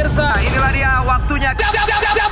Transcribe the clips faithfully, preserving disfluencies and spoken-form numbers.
pemirsa, inilah dia waktunya. Jab, jab, jab, jab,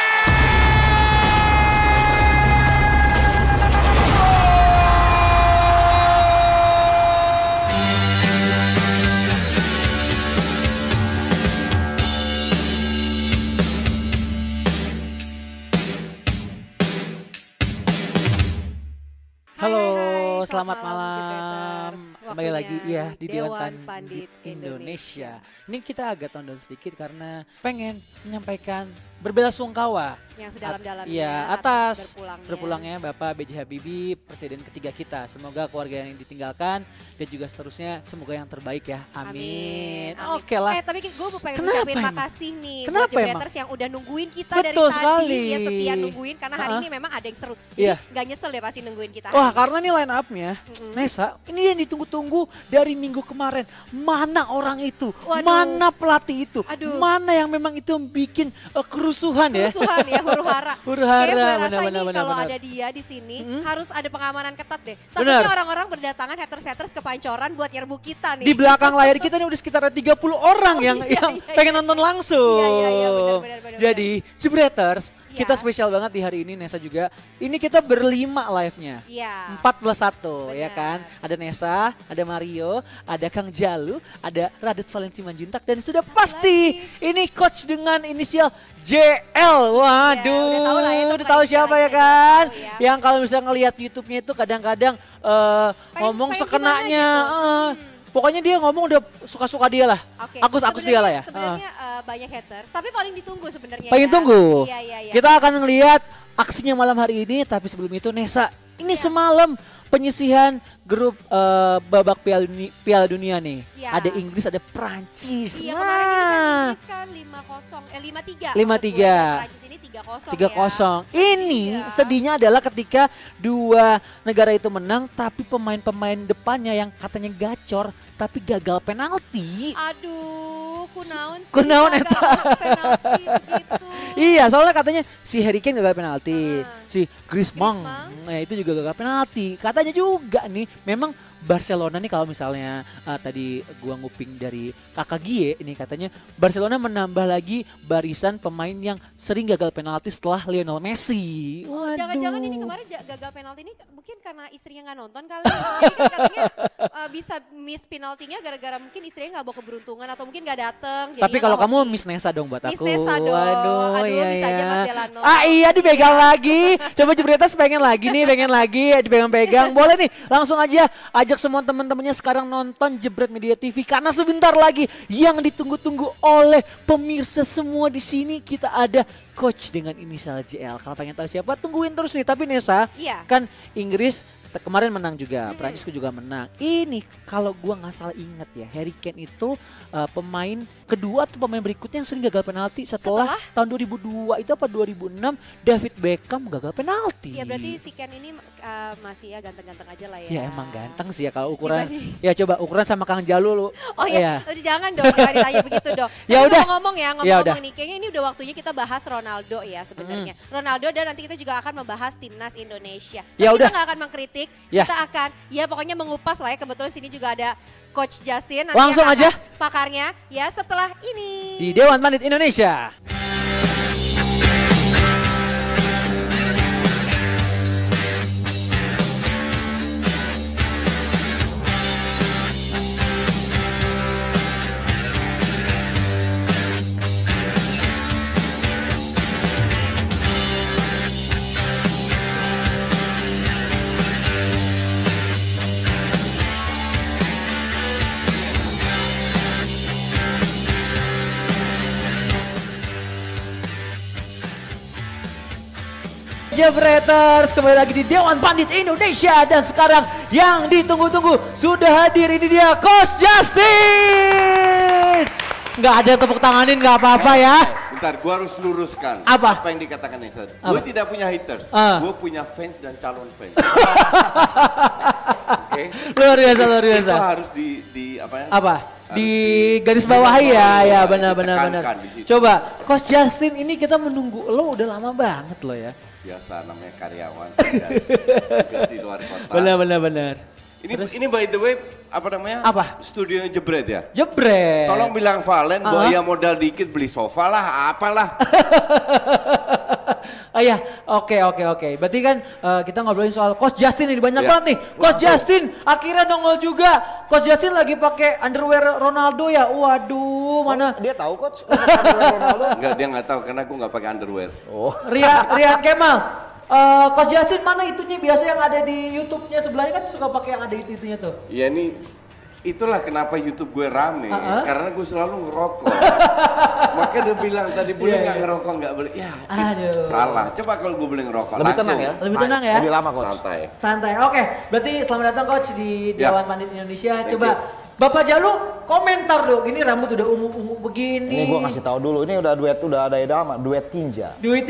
Halo, selamat, selamat malam. malam. Kembali lagi ya di Dewan, Dewan Pandit, Pandit Indonesia. Indonesia. Ini kita agak tondol sedikit karena pengen menyampaikan berbela-sungkawa. Yang sedalam-dalamnya Iya, atas atas berpulangnya. berpulangnya Bapak B J Habibie, Presiden ketiga kita. Semoga keluarga yang ditinggalkan dan juga seterusnya semoga yang terbaik ya. Amin. Amin. Amin. Oke lah. Eh tapi gue pengen Kenapa ngucapin emang? makasih nih Kenapa buat Jebreters yang udah nungguin kita dari Betul tadi. sekali. Ya setia nungguin karena hari Uh-huh. ini memang ada yang seru. Jadi Iya. gak nyesel deh pasti nungguin kita. Wah, hari karena nih line up-nya, Mm-mm. Nesa, ini yang ditunggu-tunggu dari minggu kemarin. Mana orang itu? Waduh. Mana pelatih itu? Aduh. Mana yang memang itu yang bikin uh, kerusuhan ya? Kerusuhan ya, huru hara. Huru hara, Kayaknya gue rasa benar, nih benar, benar, kalau benar. ada dia di sini Mm-mm. harus ada pengamanan ketat deh. Benar. Takutnya orang-orang berdatangan haters-haters ke Pancoran buat nyerbu kita nih. Di belakang layar kita nih udah sekitar tiga puluh orang Oh, yang iya, yang iya, pengen iya. nonton langsung. Iya, iya, iya, benar, benar, benar, Jadi, Jebreters, Iya. kita spesial banget di hari ini Nesa juga. Ini kita berlima live-nya. Iya. empat plus satu ya Benar. kan. Ada Nesa, ada Mario, ada Kang Jalu, ada Radit Valensi Manjuntak dan sudah Satu pasti lagi. ini coach dengan inisial J L. Waduh, Ya, udah tahu lah ya, itu udah bukan tahu inisial siapa lagi, ya udah kan? tahu ya. Yang kalau misalnya ngelihat YouTube-nya itu kadang-kadang eh, Pengen- ngomong pengen sekenanya. gimana gitu. eh, Hmm. Pokoknya dia ngomong udah suka-suka dia lah. Oke. Agus-agus dia lah ya. Sebenarnya eh, banyak haters, tapi paling ditunggu sebenarnya. Paling ya. tunggu. Iya, iya, iya. Kita akan ngelihat aksinya malam hari ini, tapi sebelum itu Nesa, ini Iya. semalam penyisihan grup eh, babak Piala Dunia, Piala Dunia nih. Iya. Ada Inggris, ada Prancis. Iya, kemarin ini kan Nah, Inggris kan lima kosong, eh lima tiga. lima tiga. Prancis ini tiga kosong tiga ya. kosong. Ini Iya. sedihnya adalah ketika dua negara itu menang, tapi pemain-pemain depannya yang katanya gacor, tapi gagal penalti. Aduh, kunaon sih. Kunaon gagal eta. penalti begitu. Iya, soalnya katanya si Harry Kane gagal penalti, Ah. si Griezmann, Griezmann. eh, itu juga gagal penalti. Katanya juga nih, memang Barcelona nih kalau misalnya uh, tadi gua nguping dari Kakak Gie ini katanya Barcelona menambah lagi barisan pemain yang sering gagal penalti setelah Lionel Messi. Oh, Waduh. jangan-jangan ini kemarin ja- gagal penalti ini mungkin karena istrinya nggak nonton kali. Jadi kan katanya eh, bisa miss penaltinya gara-gara mungkin istrinya nggak bawa keberuntungan atau mungkin nggak dateng. Tapi kalau kamu miss Miss Nesa dong buat Miss aku. Nesa dong. Waduh, Aduh, iya, bisa aja iya. Mas Delano. Ah iya dipegang lagi. Coba Jebreters pengen lagi nih, pengen lagi dipegang-pegang. Boleh nih, langsung aja ajak semua teman-temannya sekarang nonton Jebret Media T V karena sebentar lagi yang ditunggu-tunggu oleh pemirsa semua di sini kita ada coach dengan inisial J L. Kalau pengen tahu siapa tungguin terus nih. Tapi Nesa, Iya. kan Inggris te- kemarin menang juga, Mm-mm. Prancis juga menang. Ini kalau gua nggak salah ingat ya, Harry Kane itu uh, pemain kedua atau pemain berikutnya yang sering gagal penalti setelah, Setelah? tahun dua ribu dua itu apa dua ribu enam David Beckham gagal penalti. Ya berarti si Ken ini eh, masih ya ganteng-ganteng aja lah ya. Ya emang ganteng sih ya kalau ukuran. Dibanding- Ya coba ukuran sama Kang Jalu lu. Oh ya, udah jangan dong, jangan ditanya begitu dong. Ya Tapi udah. ngomong-ngomong ya, Ya ngomong-ngomong udah. nih, kayaknya ini udah waktunya kita bahas Ronaldo ya sebenarnya. Ronaldo dan nanti kita juga akan membahas timnas Indonesia. Ya Tapi udah. kita nggak akan mengkritik, Ya. kita akan ya pokoknya mengupas lah ya. Kebetulan sini juga ada Coach Justin. Nanti Langsung yang aja. akan pakarnya ya setelah ini. Di Dewan Pandit Indonesia. Jebreters kembali lagi di Dewan Pandit Indonesia dan sekarang yang ditunggu-tunggu sudah hadir, ini dia Coach Justin. Nggak ada tepuk tanganin nggak apa-apa ya. Bentar, gue harus luruskan. Apa? Apa yang dikatakan Nesa? Apa? Gue tidak punya haters. Ah. Gue punya fans dan calon fans. Oke. Luar biasa, luar biasa. Itu harus di, di apa ya? Apa? Harus Di garis bawahi ya, ya benar-benar benar. ditekankan di situ. Coba Coach Justin, ini kita menunggu lo udah lama banget lo ya. Biasa namanya karyawan tugas, tugas di luar kota. Benar benar benar. Ini Terus? ini by the way apa namanya? Apa? Studio Jebret ya. Jebret. Tolong bilang Valen Uh-huh. bahwa ya modal dikit beli sofa lah, apalah. Oh ya, oke oke oke. Berarti kan uh, kita ngobrolin soal Coach Justin ini banyak Ya. banget nih. Coach Justin akhirnya nongol juga. Coach Justin lagi pakai underwear Ronaldo ya. Waduh, mana Dia tahu coach. Ronaldo. Enggak, dia nggak tahu karena aku nggak pakai underwear. Oh. Ria, Rian Kemal. Uh, Coach Justin mana itunya biasa yang ada di YouTube-nya sebelahnya kan suka pakai yang ada itu-itunya tuh. Ya ini itulah kenapa YouTube gue rame, Uh-uh. karena gue selalu ngerokok. Makanya dia bilang tadi boleh Iya, nggak iya. ngerokok nggak boleh. Ya Aduh. salah. Coba kalau gue boleh ngerokok Lebih langsung. tenang ya. Lebih tenang ya. Lebih lama coach. Santai. Santai. Oke, berarti selamat datang Coach di Ya. Dewan Pandit Indonesia. Thank Coba you. Bapak Jalu komentar dong. Ini rambut udah ungu-ungu begini. Ini gua kasih tahu dulu. Ini udah duet udah ada idama, duet tinja. Duit.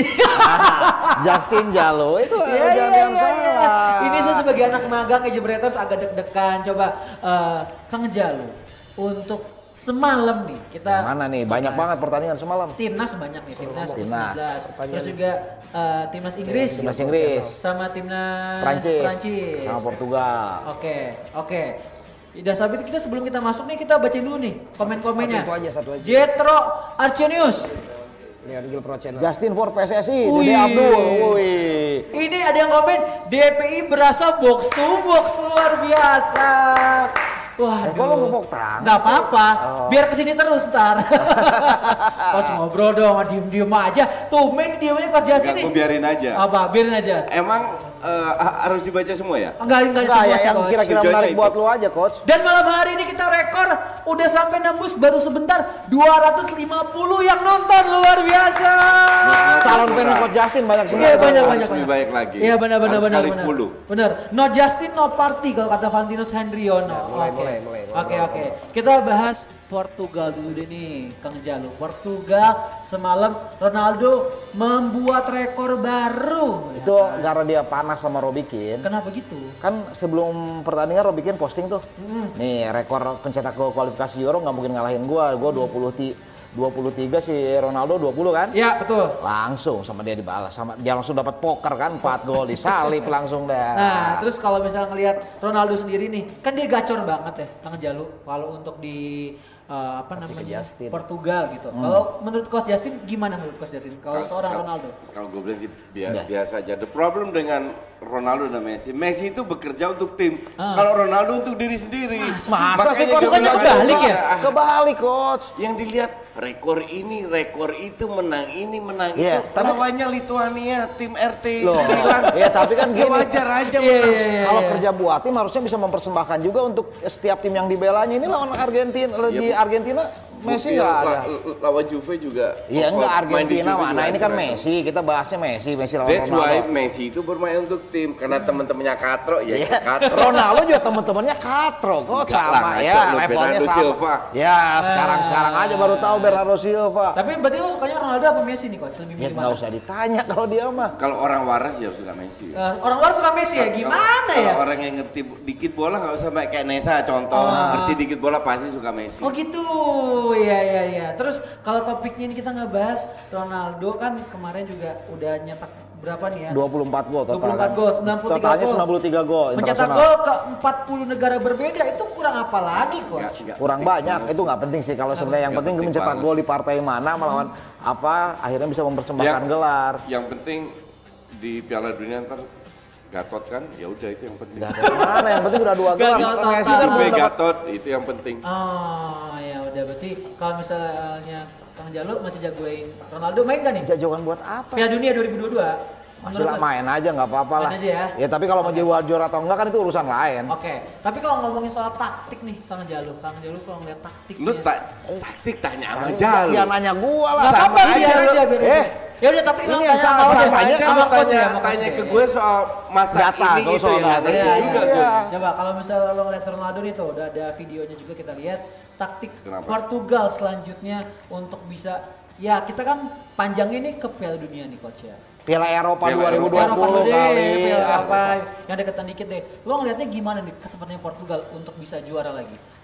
Justin Jalo itu Iya, jangan iya, jangan iya, salah. iya. Ini saya sebagai anak magang Jebreters agak deg-degan. Coba eh, Kang Jalu untuk semalam nih kita Yang mana nih? Banyak bahas banget pertandingan semalam. Timnas banyak nih, timnas U Timnas. sembilan belas. Terus juga eh, timnas Inggris, Timnas Inggris. sama timnas Prancis, Prancis. sama Portugal. Oke, oke. Udah sampai itu kita sebelum kita masuk nih kita bacain dulu nih komen-komennya. Satu aja, satu aja. Jetro Archenius. Lihat Gil Pro Channel. Justin for P S S I, Wih. Dede Abdul. Wih. Ini ada yang komen D P I berasa box to box luar biasa. Wah, Eh, kok lu ngepok tangan nggak sih? apa-apa, Oh. biar kesini terus ntar. Pas ngobrol dong, diem-diem aja. Tuh main diemnya Coach Justin Enggak, nih. gue biarin aja. Apa? Biarin aja. Emang eh, ha- harus dibaca semua ya? Enggak, enggak Enggak semua ya, sih, yang Coach. kira-kira Tujuannya menarik itu. buat lu aja coach. Dan malam hari ini kita rekor udah sampai nembus baru sebentar dua ratus lima puluh yang nonton, luar biasa. Calon fan coach Justin banyak semua. Iya banyak Harus banyak lebih baik lagi. Iya benar benar Harus benar. kali benar. sepuluh. Benar. No Justin no party kalau kata Valentino Hendriono. mulai, Oke. mulai, mulai, mulai, Oke mulai, oke. Kita bahas Portugal dulu deh nih, Kang Jalu. Portugal semalam Ronaldo membuat rekor baru. Itu karena dia panas sama Robbie Keane. Kenapa gitu? Kan sebelum pertandingan Robbie Keane posting tuh. Nih rekor pencetak gol kualifikasi Euro nggak mungkin ngalahin gua. Gua dua puluh ti- dua puluh tiga si Ronaldo dua puluh kan? Ya betul. Langsung sama dia dibalas sama dia langsung dapat poker kan empat gol disalip langsung dah. Nah, terus kalau misalnya ngelihat Ronaldo sendiri nih, kan dia gacor banget ya, Kang Jalu. Kalau untuk di eh, apa Kasih ke namanya Justin. Portugal gitu. Kalau menurut Coach Justin gimana menurut Coach Justin? Kalau Kal- seorang kal- Ronaldo? Kalau gue bilang sih bia- Iya. biasa aja. The problem dengan Ronaldo dan Messi, Messi itu bekerja untuk tim. Ah. Kalau Ronaldo untuk diri sendiri. Masa sih Makanya coach? gue Bukannya bilang, kebalik ya? ah, Kebalik coach. Yang dilihat rekor ini, rekor itu, menang ini, menang Iya, itu. tapi- Lawannya Lituania, tim R T Loh, sembilan. ya tapi kan Ya gini. wajar aja Iya, menang. iya, iya. Kalau kerja buat tim harusnya bisa mempersembahkan juga untuk setiap tim yang dibelanya. Ini lawan Argentina, Iya, di Bu. Argentina Messi Bukti nggak ada. la- la- Lawan Juve juga. Iya perform, enggak main di Argentina Juve mana juga ini kan hancur-hancur. Messi, kita bahasnya Messi, Messi lawan That's Ronaldo. why Messi itu bermain untuk tim karena teman-temannya Katro ya Iya. Katro. Ronaldo juga teman-temannya katro kok Enggak lah, sama ngaco ya lu, levelnya Bernardo sama. Silva. Ya sekarang-sekarang aja baru tahu Bernardo Silva. Tapi berarti lo sukanya Ronaldo apa Messi nih Coach? Lebih Ya milih nggak mana? usah ditanya kalau dia mah. Kalau orang waras ya harus suka Messi. Eh, orang luar suka Messi ya, Kalau- gimana kalau ya? orang yang ngerti bu- dikit bola nggak usah pakai kayak Nesa contoh, Oh. ngerti dikit bola pasti suka Messi. Oh gitu, iya iya iya. Terus kalau topiknya ini kita ngebahas Ronaldo kan kemarin juga udah nyetak berapa nih ya? dua puluh empat gol total. dua puluh empat kan? gol, sembilan puluh tiga Totalnya gol. sembilan puluh tiga gol Mencetak internasional. gol ke empat puluh negara berbeda, itu kurang apa lagi Nggak- Coach? nggak Kurang penting banyak, banget itu nggak penting sih kalau sebenarnya yang Nggak penting penting mencetak banget. gol di partai mana melawan apa akhirnya bisa mempersembahkan Yang- gelar. Yang penting di Piala Dunia ntar Gatot kan, ya udah itu yang penting. Gatot mana yang penting udah dua gelar. Gagal total. Messi kan Juve belum dapat. Gatot itu yang penting. Oh ya udah, berarti kalau misalnya Kang Jalu masih jagoin Ronaldo main kan nih? Jagoan buat apa? Piala Dunia dua ribu dua puluh dua. Masih Menurut lah lo? main aja nggak apa-apa lah. Main aja ya? Ya tapi kalau mau jadi juara atau enggak kan itu urusan lain. Oke, tapi kalau ngomongin soal taktik nih Kang Jalu, Kang Jalu kalau ngeliat taktiknya. Lu tak taktik tanya sama Jangan Jalu. Jangan nanya gua lah. Gak Sama apa-apa, biar lu. aja, biar aja. Eh, Ya udah, taktik ini sama yang tanya sama- sama sama aja. aja Aja Sama lu coach tanya ya, sama tanya coach ke ya. gue soal masa Data, ini kalau itu soal yang data. ada Iya, juga iya. gue. Coba kalau misalnya lo ngeliat Ronaldo nih tuh, udah ada videonya juga kita lihat taktik Kenapa? Portugal selanjutnya untuk bisa, ya kita kan panjangnya nih ke Piala Dunia nih coach ya. Piala Eropa Piala dua ribu dua Eropa puluh dulu deh, kali. Piala Ah. apa yang deketan dikit deh. Lo ngeliatnya gimana nih kesempatannya Portugal untuk bisa juara lagi?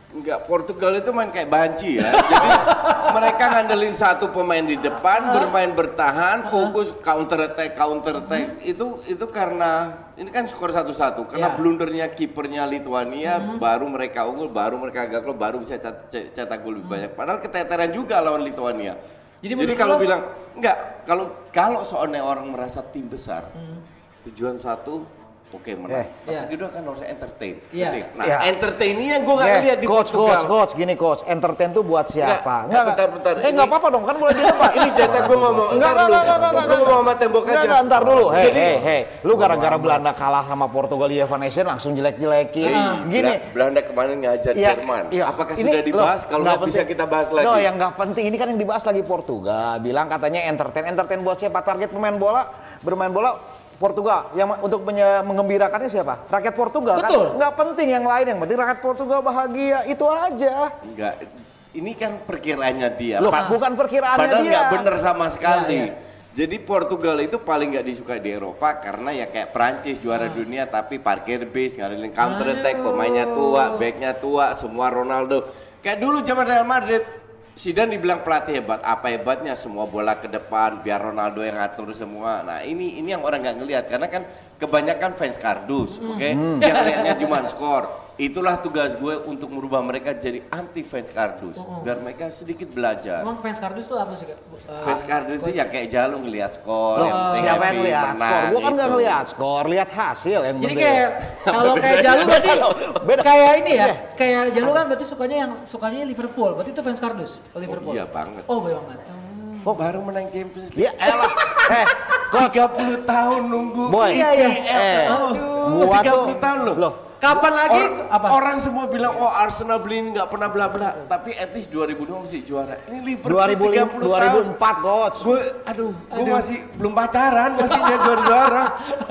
Enggak, Portugal itu main kayak banci ya. Jadi mereka ngandelin satu pemain di depan, bermain bertahan, fokus counter attack, counter attack. Itu itu karena ini kan skor satu satu. Karena Ya. blundernya kipernya Lituania, baru mereka unggul, baru mereka gagal, baru bisa cat- cat- cetak gol lebih banyak. Padahal keteteran juga lawan Lituania. Jadi Jadi, menurut kalau lo- bilang enggak, kalau kalau soalnya orang merasa tim besar, tujuan satu oke menang. Eh, Tapi iya. kedua kan harus entertain. Iya. Ngerti? Nah, Iya. entertain ini yang gue nggak Eh, lihat di coach, Portugal. coach, coach, gini coach, entertain tuh buat siapa? Enggak, bentar, bentar. Eh nggak Ini- apa-apa dong, kan boleh gitu Pak. Ini jatah gue ngomong. Enggak, Entar enggak, lu. enggak, enggak, Lu enggak, ngomong sama tembok Enggak, aja. enggak, ntar dulu. Hei, Jadi- hei, hei. Lu gara-gara Belanda kalah sama Portugal di UEFA Nation langsung jelek-jelekin. Gini. Bela- Belanda kemarin ngajar Iya, Jerman. iya. Apakah Ini, sudah dibahas? loh, Kalau nggak nggak bisa penting. kita bahas lagi. No, yang nggak penting ini kan yang dibahas lagi Portugal. Bilang katanya entertain, entertain buat siapa? Target pemain bola, bermain bola Portugal. Yang untuk menye- mengembirakannya siapa? Rakyat Portugal Betul. kan? Nggak penting yang lain, yang penting rakyat Portugal bahagia. Itu aja. Enggak. Ini kan perkiraannya dia. Loh, Pa- bukan perkiraannya Padahal dia. nggak bener sama sekali. Iya, Jadi Portugal itu paling nggak disukai di Eropa karena ya kayak Prancis juara dunia tapi parkir base, ngandelin counter attack, pemainnya tua, backnya tua, semua Ronaldo. Kayak dulu zaman Real Madrid, Zidane dibilang pelatih hebat. Apa hebatnya? Semua bola ke depan, biar Ronaldo yang ngatur semua. Nah ini ini yang orang nggak ngelihat karena kan kebanyakan fans kardus, oke? Yang lihatnya cuma skor. Itulah tugas gue untuk merubah mereka jadi anti fans kardus, biar mereka sedikit belajar. Emang fans kardus tuh apa sih Kak? Uh, Fans kardus itu ya kayak Jalung ngelihat skor, Loh, yang penting siapa yang happy, lihat menang, skor? Gua kan nggak gitu. ngelihat skor, lihat hasil yang Jadi penting. kayak kalau kayak Jalu berarti Beda. kayak ini ya, Iya. kayak Jalu kan berarti sukanya yang sukanya Liverpool. Berarti itu fans kardus Oh, Liverpool. iya banget. Oh, banget. Hmm. Oh baru menang Champions League. Ya elah. Eh, tiga puluh tahun nunggu. Boy. Iya, iya. Eh, Oh, gua tiga tuh puluh tahun loh. Loh, Kapan lagi? Or- apa? Orang semua bilang oh Arsenal beli ini nggak pernah bla bla, tapi at least dua ribu dua masih juara. Ini Liverpool dua ribu tiga puluh dua ribu tahun. empat coach. Gue, aduh, gue masih belum pacaran, masih nggak juara-juara.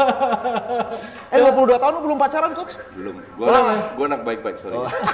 Eh dua puluh dua tahun lu belum pacaran coach? Belum, gue Belum, anak, ya? gue anak baik-baik sorry.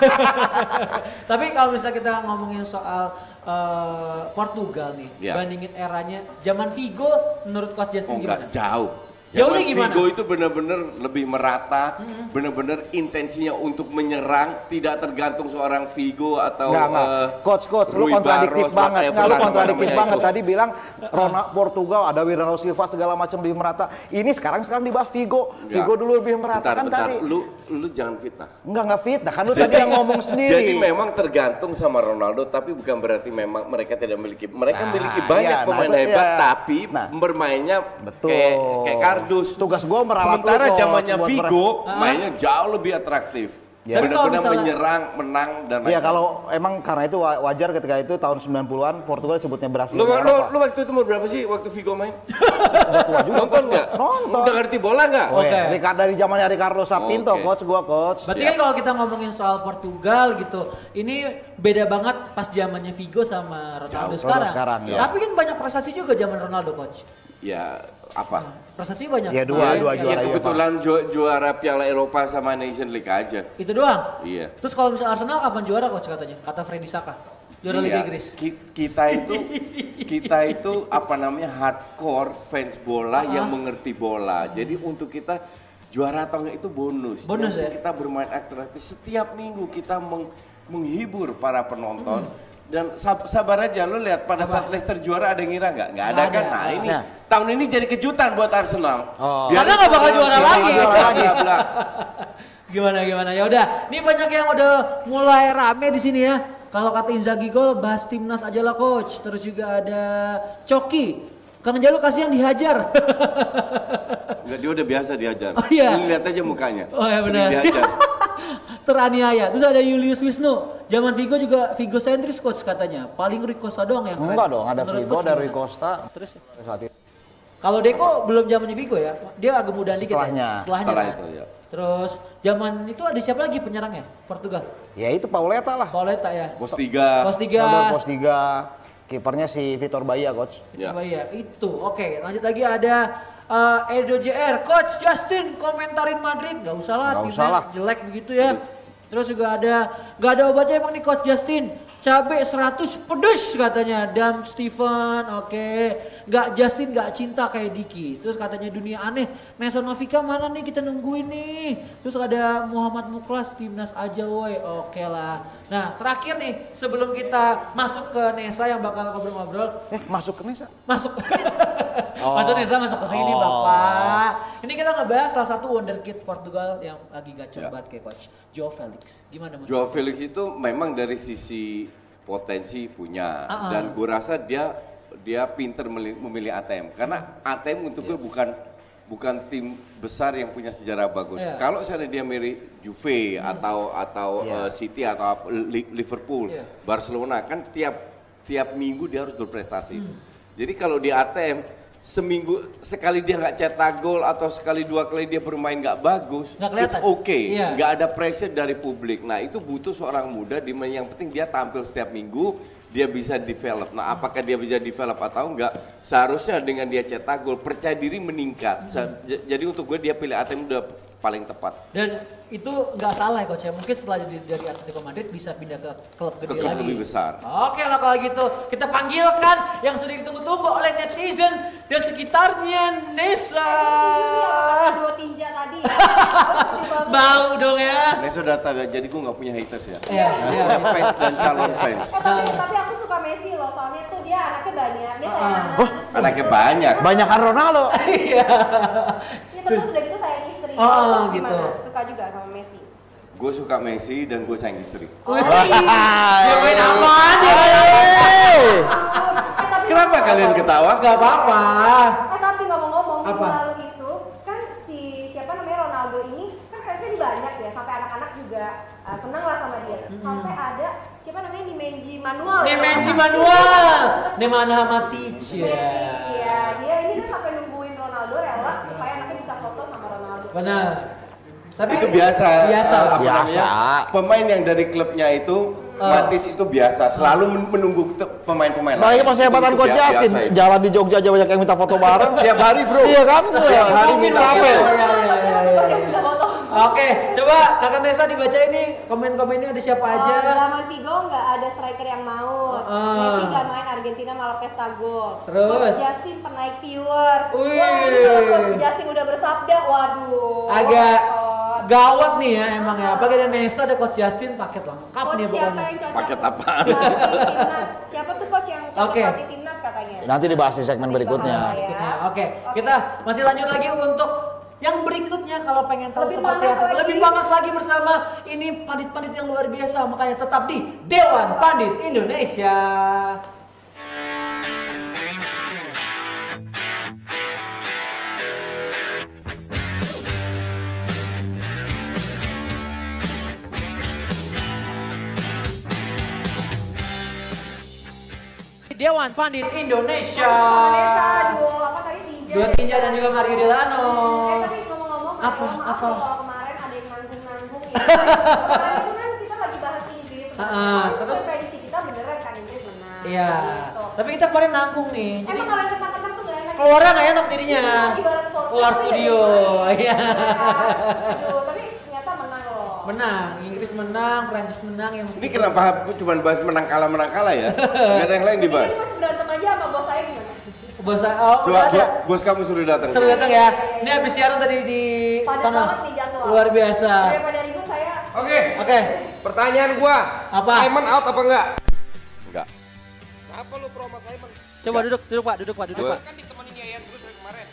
Tapi kalau misalnya kita ngomongin soal eh, Portugal nih, Ya. bandingin eranya zaman Vigo, menurut Coach Oh Justin enggak, gimana? jauh. Jauhnya Zaman gimana? Vigo itu benar-benar lebih merata, benar-benar intensinya untuk menyerang, tidak tergantung seorang Vigo atau Enggak, enggak. eh, Coach, coach, lu Rui kontradiktif Barros, banget. whatever Enggak, lu lah kontradiktif namanya banget. itu. Tadi bilang Rona, Portugal ada Wirano Silva segala macam lebih merata. Ini sekarang sekarang dibahas Vigo. Enggak. Vigo dulu lebih merata Bentar, kan bentar. tadi. Lu, lu jangan fitnah. Enggak, enggak fitnah. Kan lu tadi yang ngomong sendiri. Jadi memang tergantung sama Ronaldo, tapi bukan berarti memang mereka tidak memiliki. Mereka Nah, memiliki banyak iya, pemain nah, hebat, iya. tapi Nah. bermainnya Betul. kayak kayak kardus. Tugas gua meralat Sementara lu, Coach, zamannya buat Vigo mer- mainnya jauh lebih atraktif. Ya. Tapi kalau Benar-benar misalnya- menyerang, menang dan Iya, lain-lain. kalau emang karena itu wa- wajar ketika itu tahun sembilan puluhan Portugal disebutnya berhasil. Lu, di lu, Eropa. lu waktu itu umur berapa sih waktu Vigo main? tua juga. Nonton nggak? Nonton. Udah ngerti bola nggak? Oh, Oke. ya. Ricardo dari zamannya Ricardo Sapinto, Oke. coach gua coach. Berarti kan kalau kita ngomongin soal Portugal gitu, ini beda banget pas zamannya Vigo sama Ronaldo Jauh, sekarang. sekarang, ya. Tapi kan banyak prestasi juga zaman Ronaldo, Coach. Ya apa? Prestasi banyak. Ya, dua, Iya, dua iya. juara Ya kebetulan ju- juara Piala Eropa sama Nation League aja. Itu doang. Iya. Terus kalau misalnya Arsenal kapan juara, Coach, katanya? Kata Freddy Saka. Juara Liga Iya, Inggris. ki- Kita itu kita itu apa namanya hardcore fans bola yang mengerti bola. Jadi untuk kita juara atau enggak itu bonus. Bonus, Untuk ya? kita bermain atraktif setiap minggu kita meng- menghibur para penonton. Dan sab- sabar aja lu lihat pada saat Leicester juara ada yang ngira nggak? Nggak ada Nggak kan? ada. Nah ini Nah. tahun ini jadi kejutan buat Arsenal. Oh. Karena nggak bakal juara lagi. Bla, bla, bla. Gimana gimana? Ya udah, ini banyak yang udah mulai rame di sini ya. Kalau kata Inzaghi gol, bahas timnas aja lah, Coach. Terus juga ada Coki. Kang Jalu kasihan dihajar. Enggak, dia udah biasa diajar. Oh, iya. Lu lihat aja mukanya. Oh ya Sering benar. diajar. Teraniaya. Terus ada Julius Wisnu. Zaman Vigo juga Vigo sentris, Coach, katanya. Paling Rui Costa doang yang keren. Enggak dong, ada Menurut Vigo, Coach ada gimana? Rui Costa. Terus ya? Saat itu. Kalau Deco belum zamannya Vigo ya. Dia agak mudaan dikit Setelahnya. ya. Setelahnya. Setelah kan? itu, ya. Terus zaman itu ada siapa lagi penyerangnya? Portugal. Ya itu Pauleta lah. Pauleta ya. Pos tiga. Pos tiga. Ronaldo pos tiga. Kipernya si Vitor Bahia, coach. Ya. Coba ya, itu. Oke, lanjut lagi ada uh, Edo J R. Coach Justin komentarin Madrid. Gak usah lah, Nggak timnya usah lah. jelek begitu ya. Terus juga ada, gak ada obatnya emang nih Coach Justin. cabe seratus pedes katanya. Dam Steven, oke. Nggak Justin nggak cinta kayak Diki. Terus katanya dunia aneh. Nesa Novika mana nih kita nungguin nih. Terus ada Muhammad Muklas timnas aja woi. Oke lah. Nah terakhir nih sebelum kita masuk ke Nesa yang bakal ngobrol-ngobrol. Eh masuk ke Nesa? Masuk. Masuk Nesa masuk ke sini Oh. Bapak. Ini kita ngebahas salah satu wonderkid Portugal yang lagi gacor banget kayak coach Joao Felix. Gimana Mas? Joao Felix itu memang dari sisi potensi punya Uh-uh. dan gue rasa dia dia pinter meli- memilih A T M karena A T M untuk gue bukan bukan tim besar yang punya sejarah bagus. Yeah. Kalau misalnya dia mirip Juve Hmm. atau atau Yeah. uh, City atau Li- Liverpool, Yeah. Barcelona kan tiap tiap minggu dia harus berprestasi. Hmm. Jadi kalau di A T M seminggu sekali dia nggak cetak gol atau sekali dua kali dia bermain nggak bagus, Nggak kelihatan. it's okay, Iya. nggak ada pressure dari publik. Nah itu butuh seorang muda di mana yang penting dia tampil setiap minggu, dia bisa develop. Nah apakah dia bisa develop atau enggak, seharusnya dengan dia cetak gol percaya diri meningkat. Sa- j- Jadi untuk gue dia pilih A T M udah paling tepat. Dan itu nggak salah ya coach ya, mungkin setelah dari, dari Atletico Madrid bisa pindah ke klub Ke gede klub lagi. lebih besar. Oke lah kalau gitu, kita panggilkan yang sudah ditunggu-tunggu oleh netizen dan sekitarnya, Nesa. Dua tinja tadi ya. Gua setuju banget. Bau dong ya. Nah sudah tahu jadi gue nggak punya haters ya. Iya, iya. Punya fans dan calon fans. Eh tapi, tapi aku suka Messi loh, soalnya tuh dia anaknya banyak, dia sayang anak. Oh, anaknya banyak. Banyakan Ronaldo. Iya. Ya terus udah gitu sayang istri. Oh, Terus gitu. gimana? Suka juga sama Messi. Gue suka Messi dan gue sayang istri. Wih, jauhin apaan ya? Eh, tapi Kenapa kalian ketawa? Gak apa-apa. Eh tapi ngomong-ngomong, minggu Apa? lalu itu kan si siapa namanya Ronaldo ini kan fansnya di banyak ya, sampai anak-anak juga uh, senang lah sama dia. Sampai ada siapa namanya Nemenji Manuel. ya, Nemenji kalau nggak Manuel. salah. Nemana Matic Matic, ya. iya. Dia ini kan sampai nungguin Ronaldo rela supaya anaknya bisa foto sama Ronaldo. Benar. Tapi Itu biasa. Biasa. eh, apa Biasa. namanya? Pemain yang dari klubnya itu Oh. Matis itu biasa, selalu men- menunggu te- pemain-pemain Nah ini pas Itu- hebatan itu Coach bia- Justin, biasa itu. jalan di Jogja aja banyak yang minta foto bareng. Tiap hari bro. Iya kan? Tiap hari minta capek. foto. Iya, iya, iya, iya. Pasti bisa foto. Oke, coba Kakak Nesa dibaca ini komen-komennya ada siapa aja. Oh, zaman Vigo nggak ada striker yang maut. Ah. Messi nggak main, Argentina malah pesta gol. Terus? Coach Justin penaik viewers. Wih. Wah, ini kalau Coach Justin udah bersabda, waduh. Agak repot. gawat nih ya emang ya. Apalagi ada Nesa, ada Coach Justin, paket lengkap Coach nih siapa pokoknya. yang cocok Paket untuk apaan? pelatih timnas? Siapa tuh coach yang cocok Oke. pelatih timnas katanya? Nanti dibahas di segmen Nanti berikutnya. dibahas ya. Berikutnya. Oke, Oke. kita masih lanjut lagi untuk yang berikutnya kalau pengen tahu Lebih seperti panas apa. lagi. Lebih panas lagi bersama ini pandit-pandit yang luar biasa. Makanya tetap di Dewan Pandit Indonesia. Dewan Pandit Indonesia. Sama Nesa, duo apa tadi tinja? Dua Tinja dan juga Mario Delano. Eh tapi ngomong-ngomong, Apa? Mario, maaf Apa? loh kalau kemarin ada yang nanggung-nanggung ya. Kemarin itu kan kita lagi bahas Inggris. Ah, Tapi terus? sesuai prediksi kita beneran kan Inggris menang. Iya. Gitu. Tapi kita kemarin nanggung nih. Jadi Emang kalau yang ketang-ketang tuh gak enak. keluarnya nggak enak jadinya. Iya, ibarat foto, Keluar tapi studio. jadi Iya. Aduh, tapi ternyata menang loh. Menang, Inggris menang, Prancis menang yang Ini kenapa cuma bahas menang kalah menang kalah ya? Gak ada yang lain Ini dibahas. cuma berantem aja sama bos saya gimana? Bos oh, Coba udah ada. bo- bos kamu suruh datang. Seru datang ya. Ini habis siaran tadi di Padat sana. banget nih jadwal. Luar biasa. Daripada ribut saya. Oke, Oke. pertanyaan gua. Apa? Simon out apa enggak? Enggak. Kenapa lu promo Simon? Coba duduk, duduk Pak, duduk Pak, duduk Gua- Pak. Kan ditemenin Yayan terus dari kemarin.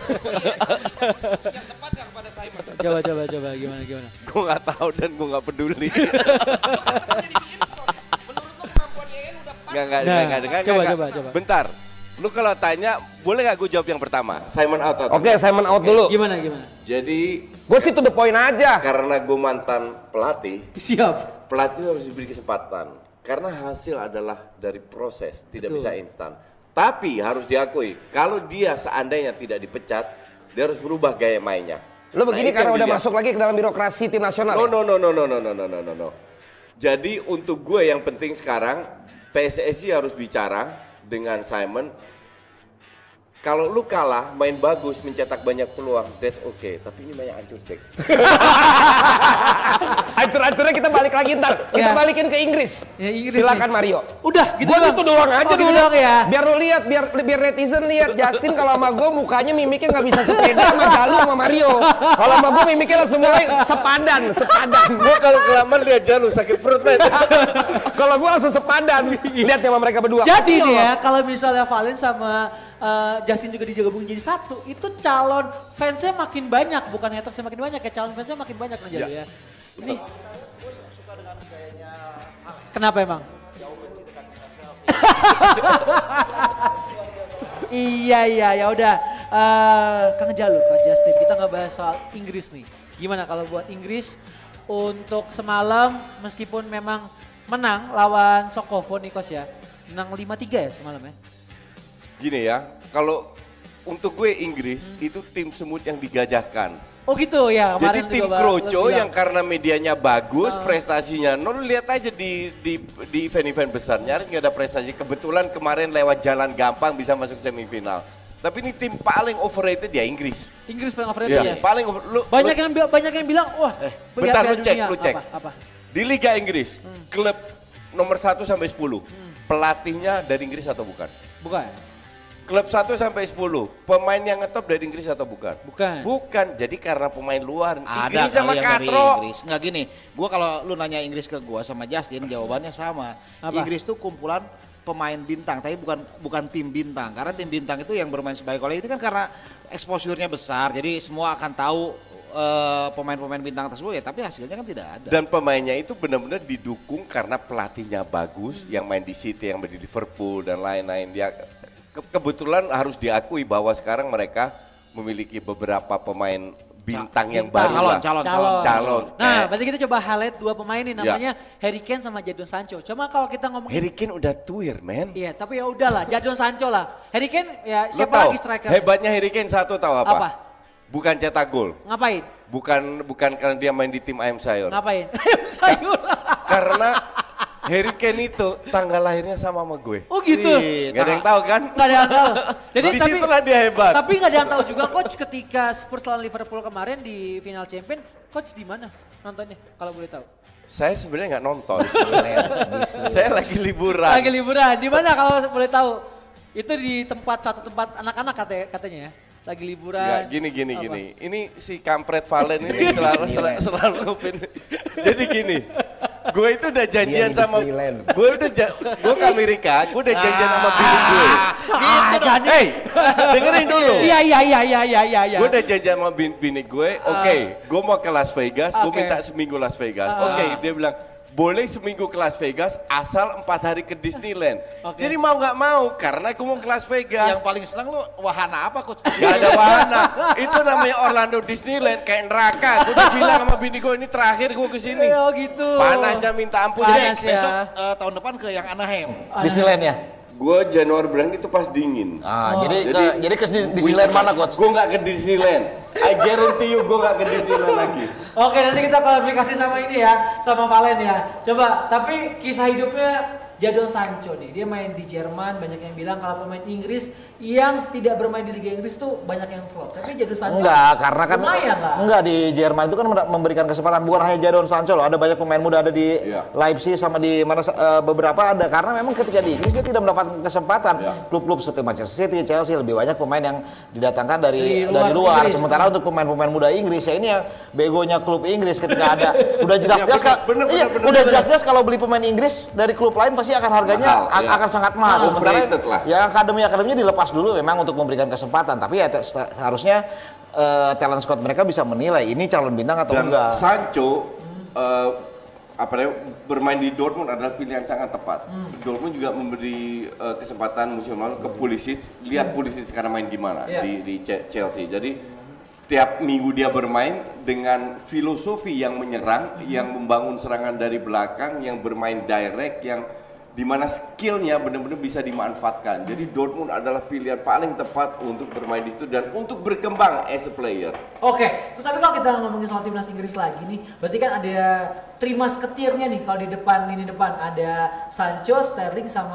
Siap tepat nggak kepada Simon? Coba, coba, coba, gimana, gimana. Gue nggak tahu dan gue nggak peduli. Jadi bikin story. Menurut lu kemampuan Yayan udah pas? Nggak nggak Nah, nggak nggak coba, nggak. coba, coba. Bentar. Lu kalau tanya, boleh nggak gue jawab yang pertama? Simon out atau Oke, Simon out dulu. Gimana, gimana? Jadi Gue sih to the point aja. karena gue mantan pelatih, Siap. pelatih harus diberi kesempatan. Karena hasil adalah dari proses, tidak Betul. bisa instan. Tapi harus diakui, kalau dia seandainya tidak dipecat, dia harus berubah gaya mainnya. Lo begini Nah, ini karena yang udah dilihat. masuk lagi ke dalam birokrasi tim nasional. No, ya? no, no, no, no, no, no, no, no, no, no. Jadi untuk gue yang penting sekarang, P S S I harus bicara dengan Simon. Kalau lu kalah, main bagus, mencetak banyak peluang, that's okay. Tapi ini banyak hancur, Cek. Hancur-hancurnya kita balik lagi ntar. Kita Ya. balikin ke Inggris. Ya, Inggris Silakan nih. Mario. Udah gitu Gua doang. gitu doang aja Oh, gitu dulu. doang ya. Biar lu lihat, biar biar netizen lihat Justin kalau sama gue mukanya mimiknya nggak bisa sepeda sama Jalu sama Mario. Kalau sama gue mimiknya langsung mulai sepadan, sepadan. Gue kalau kelamaan lihat Jalu sakit perut, men. Kalau gue langsung sepadan. Lihat sama mereka berdua. Jadi Kasian nih loh. ya, kalau misalnya Valen sama uh, Justin juga digabung jadi satu, itu calon fansnya makin banyak, bukan hatersnya makin banyak ya, calon fansnya makin banyak nih Jalu ya. Ini kenapa emang? Iya iya ya udah, uh, Kang Jalu, Kang Justin, kita nggak bahas soal Inggris nih. Gimana kalau buat Inggris untuk semalam meskipun memang menang lawan Sokovo nih Coach ya, menang lima tiga ya semalam ya. Gini ya, kalau untuk gue Inggris hmm. itu tim semut yang digajahkan. Oh gitu ya, Jadi kemarin tim juga kroco lo bilang. yang karena medianya bagus, Uh. prestasinya nol, lihat aja di di di event-event besar nyaris nggak ada prestasi. Kebetulan kemarin lewat jalan gampang bisa masuk semifinal. Tapi ini tim paling overrated ya Inggris. Inggris paling overrated Iya, ya. paling over, lu, Banyak lu- yang bi- banyak yang bilang wah, Eh, Piala bentar lu cek, Dunia. lu cek. Apa? Apa? Di Liga Inggris, klub nomor satu sampai sepuluh, pelatihnya dari Inggris atau bukan? Bukan. Klub satu sampai sepuluh, pemain yang ngetop dari Inggris atau bukan? Bukan. Bukan, jadi karena pemain luar. Ada Inggris kali sama yang dari Katro. Inggris. Nggak gini, gua kalau lu nanya Inggris ke gua sama Justin, jawabannya sama. Apa? Inggris tuh kumpulan pemain bintang, tapi bukan bukan tim bintang. Karena tim bintang itu yang bermain sebagai oleh ini kan karena exposure-nya besar, jadi semua akan tahu eh, pemain-pemain bintang tersebut ya, tapi hasilnya kan tidak ada. Dan pemainnya itu benar-benar didukung karena pelatihnya bagus, yang main di City, yang main di Liverpool dan lain-lain. Dia ke- kebetulan harus diakui bahwa sekarang mereka memiliki beberapa pemain bintang yang Bintang. baru calon, lah. calon, calon, Calon. Calon. Nah, Eh, berarti kita coba highlight dua pemain nih, namanya Harry Kane sama Jadon Sancho. Cuma kalau kita ngomong Harry Kane udah tuir, men. iya, tapi ya udahlah, Jadon Sancho lah. Harry Kane ya Lo siapa tahu, lagi striker? hebatnya Harry Kane satu tahu apa? Apa? Bukan cetak gol. Ngapain? Bukan bukan karena dia main di tim Ayam Sayur. Ngapain? Sayur. Karena Harry Kane itu tanggal lahirnya sama sama gue. Oh gitu. Wih, Gak ada yang tahu kan? Nggak ada yang tahu. Jadi Di tapi situlah dia hebat. Tapi nggak ada yang tahu juga coach ketika Spurs lawan Liverpool kemarin di final champion, coach di mana nontonnya kalau boleh tahu? Saya sebenarnya nggak nonton. Saya lagi liburan. Lagi liburan. Di mana kalau boleh tahu? Itu di tempat satu tempat anak-anak katanya, katanya ya. Lagi liburan. Ya, gini gini Apa? gini. Ini si kampret Valen ini selalu selalu, selalu ngupin. Jadi gini. Gue itu udah janjian Dia di sama Disneyland. gue udah ja- gue ke Amerika, gue udah janjian sama bini gue. Ah, jadi. Hey, dengerin dulu. Iya iya iya iya iya iya. iya. Gue udah janjian sama bin- bini gue, oke, gue mau ke Las Vegas, gue Oke. minta seminggu Las Vegas. Ah. Oke, dia bilang, boleh seminggu ke Las Vegas asal empat hari ke Disneyland. Oke. Jadi mau nggak mau, karena gue mau ke Las Vegas. Yang paling senang lu wahana apa coach? Gak ada wahana, itu namanya Orlando Disneyland, kayak neraka. Gue udah bilang sama bini gue, ini terakhir gue kesini. Oh gitu. Panasnya minta ampun. Panas Jadi, ya. Besok eh, tahun depan ke yang Anaheim. Disneyland ya? gue Januari berangkat itu pas dingin. Ah, Oh. jadi, Jadi- ke, jadi ke Dis- Disneyland mana coach? Gue nggak ke Disneyland. I guarantee you gue nggak ke Disneyland lagi. Oke, nanti kita klarifikasi sama ini ya, sama Valen ya. Coba, tapi kisah hidupnya Jadon Sancho nih, dia main di Jerman, banyak yang bilang kalau pemain Inggris yang tidak bermain di Liga Inggris tuh banyak yang flop. Tapi Jadon Sancho Enggak, karena kan lumayan lah. enggak di Jerman itu kan memberikan kesempatan bukan hanya Jadon Sancho loh, ada banyak pemain muda ada di Iya. Leipzig sama di mana eh, beberapa ada karena memang ketika di Inggris dia tidak mendapatkan kesempatan. Iya. Klub-klub seperti Manchester City, Chelsea lebih banyak pemain yang didatangkan Dari dari luar dari luar. Inggris. Sementara untuk pemain-pemain muda Inggris ya ini yang begonya klub Inggris ketika ada udah jelas-jelas Iya, ka- bener, bener, iya, bener, udah bener. jelas-jelas kalau beli pemain Inggris dari klub lain pasti akan harganya Mahal, a- iya. akan sangat mahal. Sementara Overrated lah. ya akademi-akademinya dilepas dulu memang untuk memberikan kesempatan, tapi ya te- seharusnya eh, talent squad mereka bisa menilai ini calon bintang atau Dan enggak. Sancho eh, apa namanya, bermain di Dortmund adalah pilihan sangat tepat. Dortmund juga memberi eh, kesempatan musim lalu ke Pulisic. Lihat Pulisic sekarang main gimana Iya. di di Ce- Chelsea. Jadi tiap minggu dia bermain dengan filosofi yang menyerang, yang membangun serangan dari belakang, yang bermain direct, yang dimana skillnya benar-benar bisa dimanfaatkan. Jadi Dortmund adalah pilihan paling tepat untuk bermain di situ dan untuk berkembang as a player. Oke, tetapi kalau kita ngomongin soal timnas Inggris lagi nih, berarti kan ada trimas ketirnya nih kalau di depan lini depan ada Sancho, Sterling sama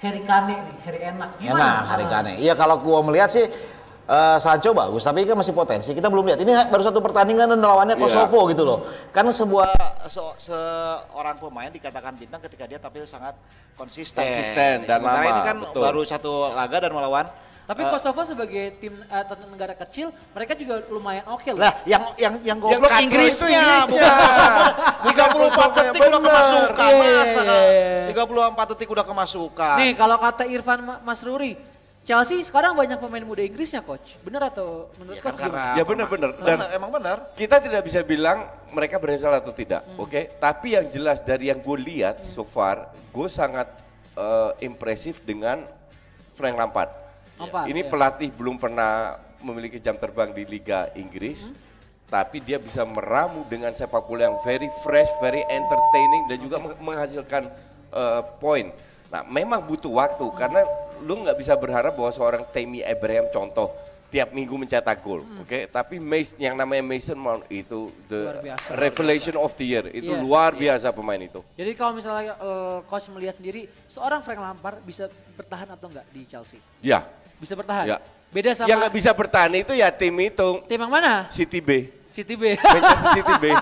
Harry Kane nih, Harry enak. Gimana? Enak Harry Kane. Iya kalau gua melihat sih uh, Sancho bagus, tapi kan masih potensi. Kita belum lihat. Ini baru satu pertandingan dan lawannya Kosovo yeah. gitu loh. Karena sebuah Se- seorang pemain dikatakan bintang ketika dia tampil sangat konsisten, konsisten dan sementara lama, ini kan betul. baru satu laga dan melawan. Tapi uh, Kosovo sebagai tim uh, negara kecil, mereka juga lumayan oke loh. Lah, yang yang yang goblok kacau Inggrisnya, itu Inggrisnya. bukan Kosovo. tiga puluh empat Kosovo, detik udah bener. kemasukan, Iya, masa iya, kan? iya. tiga puluh empat detik udah kemasukan. Nih kalau kata Irfan Ma- Masruri, Chelsea sekarang banyak pemain muda Inggrisnya coach. Bener atau menurut Ya kan coach karena gimana? Ya benar-benar. Dan Dan emang benar. kita tidak bisa bilang mereka berhasil atau tidak, oke? Tapi yang jelas dari yang gue lihat so far, gue sangat uh, impresif dengan Frank Lampard. Lampard, Ini ya. pelatih belum pernah memiliki jam terbang di Liga Inggris, hmm? tapi dia bisa meramu dengan sepak bola yang very fresh, very entertaining dan juga meng- menghasilkan uh, poin. Nah, memang butuh waktu hmm. karena lu nggak bisa berharap bahwa seorang Tammy Abraham contoh tiap minggu mencetak gol, hmm. oke? Okay? Tapi Mason, yang namanya Mason Mount itu the revelation of the year, itu Yeah. luar biasa pemain itu. Jadi kalau misalnya uh, coach melihat sendiri, seorang Frank Lampard bisa bertahan atau enggak di Chelsea? Ya. Bisa bertahan? Ya. Beda sama Yang nggak bisa bertahan itu ya tim itu tim yang mana? City B, City B. Manchester City B.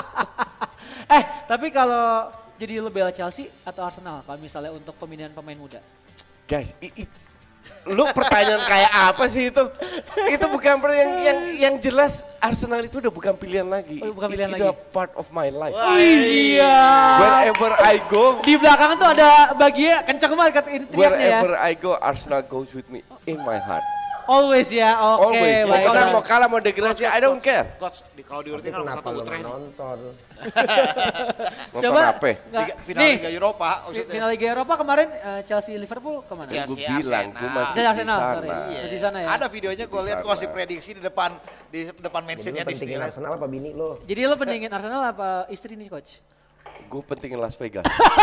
eh, tapi kalau jadi lo bela Chelsea atau Arsenal kalau misalnya untuk pemilihan pemain muda? Guys, i, i, lu pertanyaan kayak apa sih itu? Itu bukan per- yang yang yang jelas Arsenal itu udah bukan pilihan lagi. Oh, bukan pilihan It- itu lagi. a part of my life. Iya. Wherever I go, Di belakang tuh ada bagian kencang banget kata ini teriaknya ya. wherever I go, Arsenal goes with me in my heart. Always ya, oke. Always. Mau baik, menang, baik. mau kalah, mau degradasi, I don't care. Coach, di, kalau diurutin Tapi nomor kenapa satu lu Utrecht nggak nih. nonton? Nonton Coba apa? nggak- Liga- final nih, Liga Eropa fi- maksudnya. final Liga Eropa kemarin eh, Chelsea Liverpool kemana? Chelsea. Gue Si bilang, Arsenal. gue masih Saya di Arsenal, sana. sorry. Masih di sana ya. Ada videonya gue lihat gue kasih prediksi di depan di depan Jadi mentionnya lu di pentingin Disneyland. Arsenal apa bini lo? Jadi lo pentingin Arsenal apa istri nih coach? Gue pentingin Las Vegas.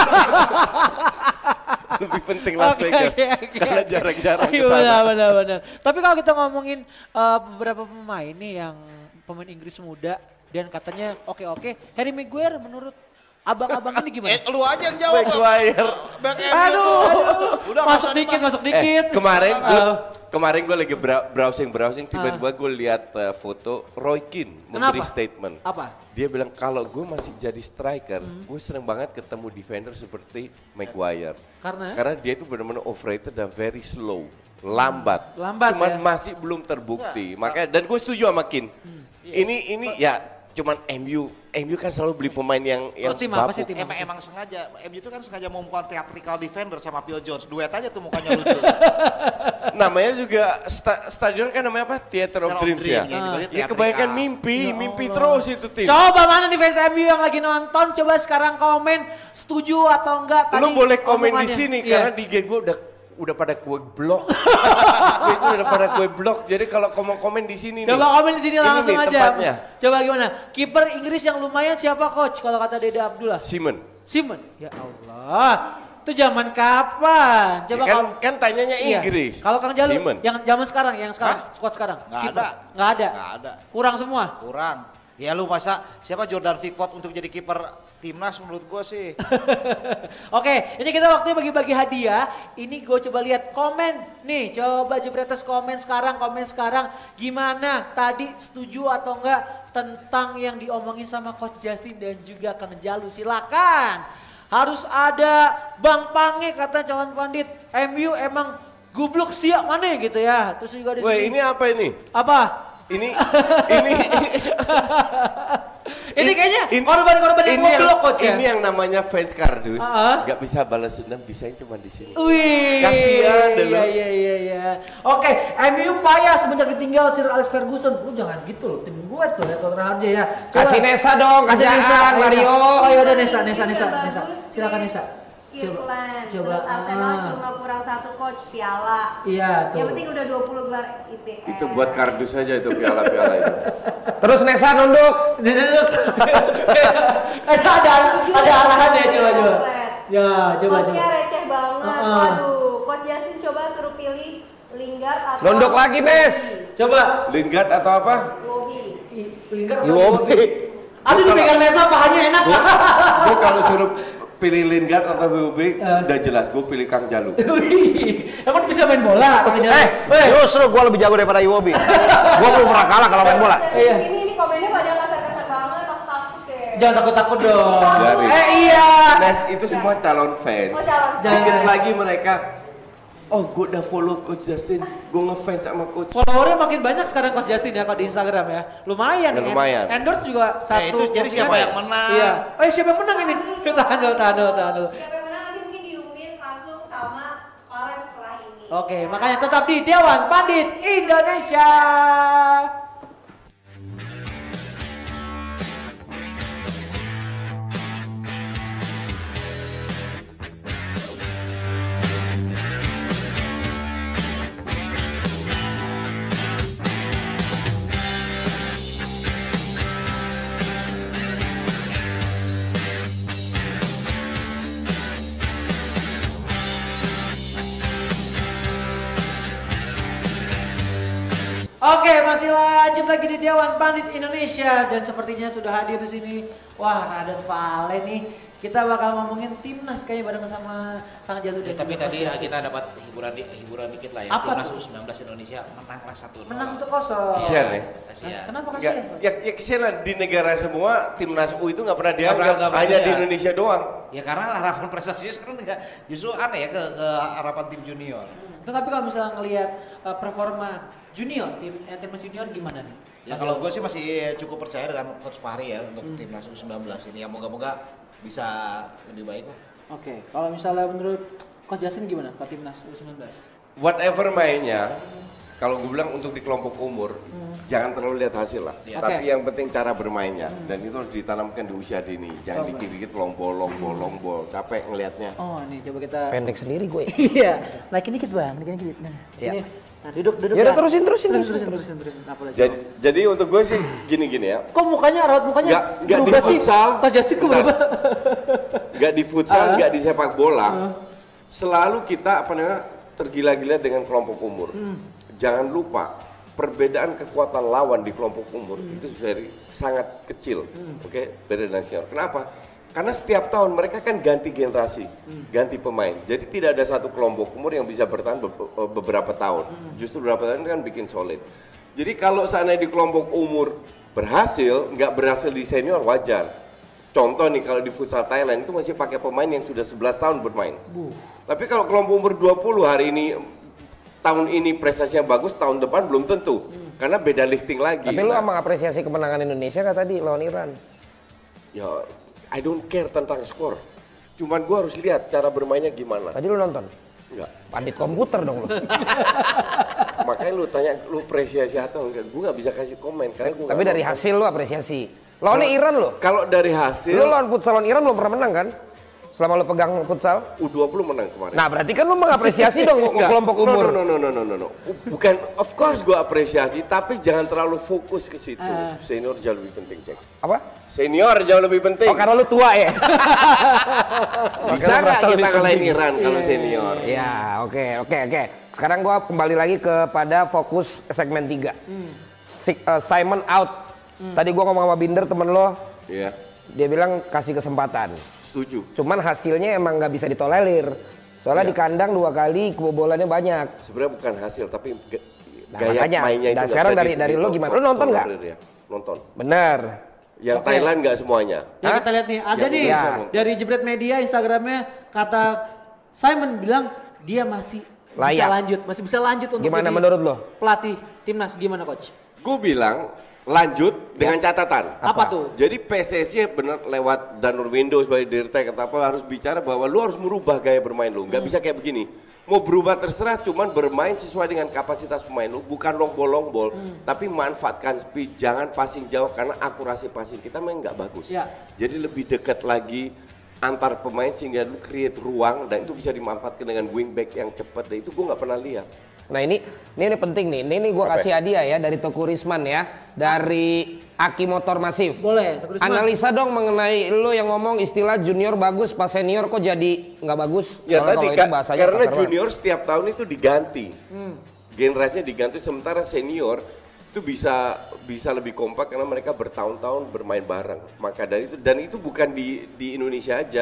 Lebih penting Las Oke, Vegas. oke, oke. Karena jarang-jarang ke Iya, sana. benar, benar, benar. Tapi kalau kita ngomongin uh, beberapa pemain nih yang pemain Inggris muda dan katanya oke-oke, Harry Maguire menurut abang-abang ini gimana? Eh, lu aja yang jawab. Maguire. Back M U. Aduh, aduh. Udah masuk masa dikit, dibahas. masuk dikit. Eh, kemarin gue Uh, kemarin gue lagi browsing browsing tiba-tiba gue lihat uh, foto Roy Keane memberi Kenapa? statement. Apa? Dia bilang kalau gue masih jadi striker, gue seneng banget ketemu defender seperti Maguire. Karena? Karena dia itu benar-benar overrated dan very slow, lambat. Lambat Cuman ya? masih belum terbukti. Makanya dan gue setuju sama Keane. Ini ini ya cuman M U M U kan selalu beli pemain yang yang Oh, tim apa sih, bapuk. tim? Emang, emang sengaja, M U itu kan sengaja mau membuat theatrical defender sama Phil Jones. Duet aja tuh mukanya lucu. Namanya juga sta- stadion kan namanya apa? Theater of Theater of Dreams Dream, ya. ya, dibaca Ya theatrical. kebanyakan mimpi, Ya mimpi Allah. terus itu tim. Coba mana nih fans M U yang lagi nonton, coba sekarang komen setuju atau enggak tadi Lu boleh komen di omongannya. sini Iya. karena di G gue udah udah pada gue blok. Gue itu udah pada gue blok. Jadi kalau komen komen di sini nih. Coba komen di sini Ini langsung nih aja. tempatnya. Coba gimana? Kiper Inggris yang lumayan siapa coach? Kalau kata Dede Abdullah. Simon. Simon. Ya Allah. Itu zaman kapan? Coba Ya kan, kalau kan tanyanya Iya. Inggris. Kalau Kang Jalu Simon. yang zaman sekarang, yang sekarang, squad sekarang. Nggak kiper. ada. Nggak ada. Nggak ada. Kurang semua. Kurang. Ya lu masa siapa Jordan Pickford untuk jadi kiper timnas menurut gue sih. Oke, ini kita waktunya bagi-bagi hadiah. Ini gue coba lihat komen. Nih, coba Jebretes komen sekarang, komen sekarang. Gimana tadi setuju atau enggak tentang yang diomongin sama Coach Justin dan juga Kang Jalu. Silakan. Harus ada Bang Pange kata calon pandit. M U emang gublok siap mana gitu ya. Terus juga di Weh, sini. ini apa ini? Apa? Ini ini Ini kayaknya ini- korban-korban yang ini yang- goblok coach ya. Ini yang namanya fans kardus. Ah. Nggak bisa balas dendam, bisanya cuma di sini. Wih, Kasihan deh lu. Iya iya iya iya. Oke, M U payah semenjak ditinggal Sir Alex Ferguson. Lu jangan gitu loh, tim gue tuh ya Dokter Harja ya. Coba. Kasih Nesa dong, Kasih kerjaan, Nesa, ayo, Mario. Oh ya udah Nesa, Nesa, Bisa Nesa, Nesa. bagus, Silakan Chris. Nesa. Kirkland. coba. Terus Arsenal Ah. cuma kurang satu coach piala. Iya tuh. Yang penting udah dua puluh gelar I P L. Itu buat kardus aja itu piala-piala itu. Terus Nesa nunduk. Eh, ada ada arahan ya coba coba. Ya coba Coachnya coba. receh banget. Ah. Waduh, Coach Justin coba suruh pilih Lingard atau Nunduk lagi, Nes. Coba. Lingard atau apa? Iwobi. Lingkar Iwobi. Aduh dipegang Nesa pahanya enak. Gue kalau suruh pilih Lingard atau W B udah jelas gue pilih Kang Jalu. Wih, emang bisa main bola? Kang Jalu? Eh, justru gue lebih jago daripada Iwobi. Gue belum pernah kalah kalau main bola. Iya. Ini ini komennya pada kasar-kasar banget, aku takut deh. Jangan takut-takut dong. Garis. Eh iya. Nes itu semua calon fans. Oh, calon fans. Dikit lagi mereka, oh gue udah follow Coach Justin, gue ngefans sama Coach. Followernya makin banyak sekarang Coach Justin ya kalau di Instagram ya. Lumayan Ya, ya. lumayan. Endorse juga satu. itu jadi siapa ya? yang menang? Iya. Oh siapa yang menang ini? Tahan dulu, tahan dulu, tahan dulu. Siapa yang menang nanti mungkin diumumin langsung sama orang setelah ini. Oke, makanya tetap di Dewan Pandit Indonesia. Oke, masih lanjut lagi di Dewan Pandit Indonesia dan sepertinya sudah hadir di sini. Wah, Radot Vale nih. Kita bakal ngomongin timnas kayaknya bareng sama Kang Jalu Ya, dan tapi Coach tadi Justin. kita dapat hiburan di- hiburan dikit lah ya. Apa Timnas tuh? U sembilan belas Indonesia menanglah satu nol. Menang satu kosong. Kasian ya. Kasihan. Kenapa Nggak, kasihan? ya, ya kesian lah di negara semua timnas U itu nggak pernah Nggak pernah- dianggap, nggak pernah hanya di dilihat. Indonesia doang. Ya karena harapan prestasinya sekarang tidak justru aneh ya ke, ke harapan tim junior. Tetapi kalau misalnya ngelihat uh, performa junior, tim eh, timnas junior gimana nih? Ya kalau gue sih masih cukup percaya dengan Coach Fahri ya untuk timnas U sembilan belas ini. Ya moga-moga bisa lebih baik lah. Oke, kalau misalnya menurut Coach Justin gimana ke timnas U sembilan belas? Whatever mainnya, kalau gue bilang untuk di kelompok umur, jangan terlalu lihat hasil lah. Ya. Tapi Oke. yang penting cara bermainnya, dan itu harus ditanamkan di usia dini. Jangan Coba. dikit-dikit long ball, long ball, long ball. Capek ngelihatnya. Oh, nih coba kita Pendek sendiri gue. Iya, naikin dikit bang, naikin dikit. Nah, sini. Nah, duduk, duduk. Ya udah, Bang. terusin, terusin, terusin, terusin, terusin, terusin, terusin. Apa lagi? Jadi, jadi untuk gue sih gini-gini ya. Kok mukanya, raut mukanya Nggak, nggak di berubah sih? futsal. Coach Justin kok Bentar. berubah? Gak di futsal, Ah. gak di sepak bola, selalu kita apa namanya tergila-gila dengan kelompok umur. Hmm. Jangan lupa perbedaan kekuatan lawan di kelompok umur Hmm. itu very, sangat kecil, oke, beda dengan senior. Kenapa? Karena setiap tahun mereka kan ganti generasi, Hmm. ganti pemain. Jadi tidak ada satu kelompok umur yang bisa bertahan be- beberapa tahun. Hmm. Justru beberapa tahun kan bikin solid. Jadi kalau seandainya di kelompok umur berhasil, nggak berhasil di senior wajar. Contoh nih kalau di futsal Thailand itu masih pakai pemain yang sudah sebelas tahun bermain. Tapi kalau kelompok umur dua puluh hari ini tahun ini prestasinya bagus, tahun depan belum tentu. Karena beda lifting lagi. Tapi lu Nah, mengapresiasi kemenangan Indonesia kan tadi lawan Iran. ya I don't care tentang skor. Cuman gua harus lihat cara bermainnya gimana. Tadi lu nonton? Enggak. Pandit komputer dong lu. Makanya lu tanya lu apresiasi atau enggak, gua nggak bisa kasih komen karena gua Tapi nggak dari nonton. hasil lu apresiasi. Lawannya Iran lo. Kalau dari hasil Lu lawan futsal lawan Iran belum pernah menang kan? Selama lu pegang futsal. U dua puluh menang kemarin. Nah, berarti kan lu mengapresiasi dong Enggak. kelompok umur. No, no, no, no, no, no, no. Bukan, of course gue apresiasi, tapi jangan terlalu fokus ke situ. Ah. Senior jauh lebih penting, cek. Apa? Senior jauh lebih penting. Oh, karena lu tua ya? Bisa karena nggak merasa kita lebih kalahin penting. Iran kalau senior? Ya, oke, oke, oke. Sekarang gua kembali lagi kepada fokus segmen tiga. Si- eh, Simon out. Tadi gua ngomong sama Binder temen lo, Iya, dia bilang kasih kesempatan. setuju. Cuman hasilnya emang nggak bisa ditolerir. Soalnya Iya. di kandang dua kali kebobolannya banyak. Sebenarnya bukan hasil, tapi ga- Nah, gaya makanya. mainnya itu. Nah, nggak sekarang bisa dari di- dari di- lo gimana? Lo nonton nggak? tolerir ya. Nonton. Bener. Yang Thailand nggak semuanya. Ya Hah? kita lihat nih, ada Yang nih Indonesia nonton. dari Jebret Media Instagramnya kata Simon bilang dia masih bisa Layak. lanjut, masih bisa lanjut untuk Gimana jadi menurut lo? pelatih timnas gimana coach? Gue bilang lanjut dengan catatan. Apa, tuh? Jadi P S S I bener lewat Danur Windows sebagai dirtek atau apa harus bicara bahwa lu harus merubah gaya bermain lu. Nggak bisa kayak begini. Mau berubah terserah, cuman bermain sesuai dengan kapasitas pemain lu, bukan long ball long ball, tapi manfaatkan speed, jangan passing jauh karena akurasi passing kita main nggak bagus. Ya. Jadi lebih dekat lagi antar pemain sehingga lu create ruang dan itu bisa dimanfaatkan dengan wingback yang cepat. Dan itu gue nggak pernah lihat. Nah ini, ini, ini penting nih. Ini, ini gue Apa kasih hadiah ya dari Toko Risman ya, dari Aki Motor Masif. Boleh, Toko Risman. Analisa dong mengenai lo yang ngomong istilah junior bagus, pas senior kok jadi nggak bagus. Ya Soalnya tadi kalau itu Kak, bahasanya karena kasar banget. junior setiap tahun itu diganti, generasinya diganti sementara senior itu bisa bisa lebih kompak karena mereka bertahun-tahun bermain bareng. Maka dari itu dan itu bukan di di Indonesia aja,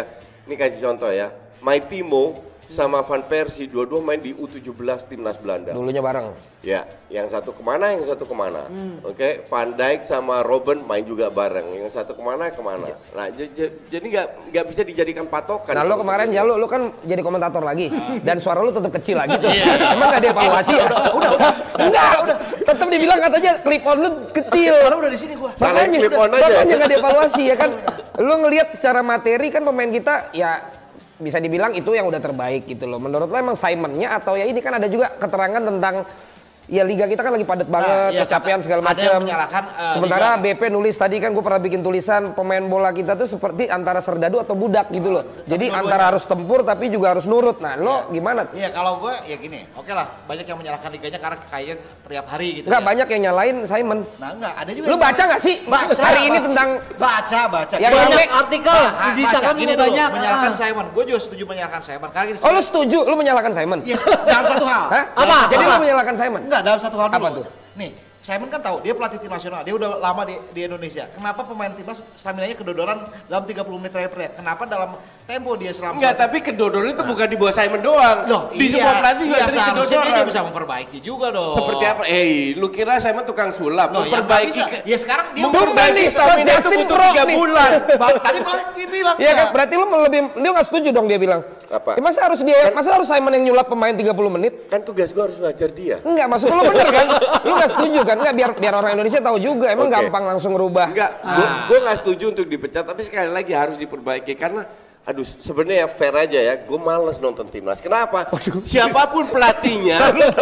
ini kasih contoh ya. Maitimo sama Van Persie dua-dua main di U tujuh belas timnas Belanda. Dulunya bareng. Ya, yang satu kemana, yang satu kemana. Hmm. Oke, okay? Van Dijk sama Robben main juga bareng. Yang satu kemana, kemana. Nah, j- j- jadi nggak nggak bisa dijadikan patokan. Nah lo kemarin Jalu, lu kan jadi komentator lagi dan suara lu tetap kecil lagi tuh. Emang gak dievaluasi ya? Udah, udah, udah, udah. Tetap dibilang katanya clip on lu kecil. Kalau udah di sini gua. Salah Makanya, clip on aja. makanya gak dievaluasi ya kan. Lu ngelihat secara materi kan pemain kita ya bisa dibilang itu yang udah terbaik gitu loh. Menurut lo emang Simon-nya atau ya ini kan ada juga keterangan tentang ya liga kita kan lagi padat banget, iya, kecapean kata- segala ada yang macam. menyalahkan, uh, Sementara liga. B P nulis tadi kan gue pernah bikin tulisan pemain bola kita tuh seperti antara serdadu atau budak gitu loh. Jadi dua-duanya. antara harus tempur tapi juga harus nurut. Nah, lo gimana? Iya kalau gue ya gini, oke lah banyak yang menyalahkan liganya karena kayaknya tiap hari gitu. Enggak ya. banyak yang nyalain Simon. Nah enggak, ada juga. Lu yang- baca nggak sih Baca, hari ini Ba- tentang baca baca. Yang Gini, rame artikel Bah- di baca Instagram gini juga dulu, banyak. menyalahkan Ah. Simon. Gue juga setuju menyalahkan Simon. Karena gini, Oh lu setuju? Lu menyalahkan Simon? yes, dalam satu hal. Hah? Dalam Apa? satu Jadi hal. lu menyalahkan Simon? Enggak, dalam satu hal dulu. Apa tuh? Nih, Simon kan tahu dia pelatih tim nasional, dia udah lama di, di Indonesia. Kenapa pemain timnas stamina-nya kedodoran dalam tiga puluh menit terakhir pertandingan? Kenapa dalam tempo dia selama Enggak, tapi kedodoran itu bukan di bawah Simon doang. Loh, di iya, semua pelatih juga iya, sering seharusnya kedodoran. dia bisa memperbaiki juga dong. Seperti apa? Eh, lu kira Simon tukang sulap? Loh, ya memperbaiki nggak bisa. ke- Ya sekarang dia memperbaiki nih, stamina itu Justin butuh Pro tiga nih. bulan. Bang, tadi pelatih bilang Iya kan, nggak? berarti lu lebih, dia nggak setuju dong dia bilang. Apa? Ya, masa harus dia, masa harus Simon yang nyulap pemain tiga puluh menit? Kan tugas gua harus ngajar dia. Enggak, maksud lu bener kan? Lu nggak setuju kan? Enggak, biar biar orang Indonesia tahu juga. Emang Oke. gampang langsung rubah. Enggak, gua, gua nggak setuju untuk dipecat, tapi sekali lagi harus diperbaiki karena aduh sebenarnya fair aja ya, gue males nonton timnas. Kenapa? Siapapun pelatihnya,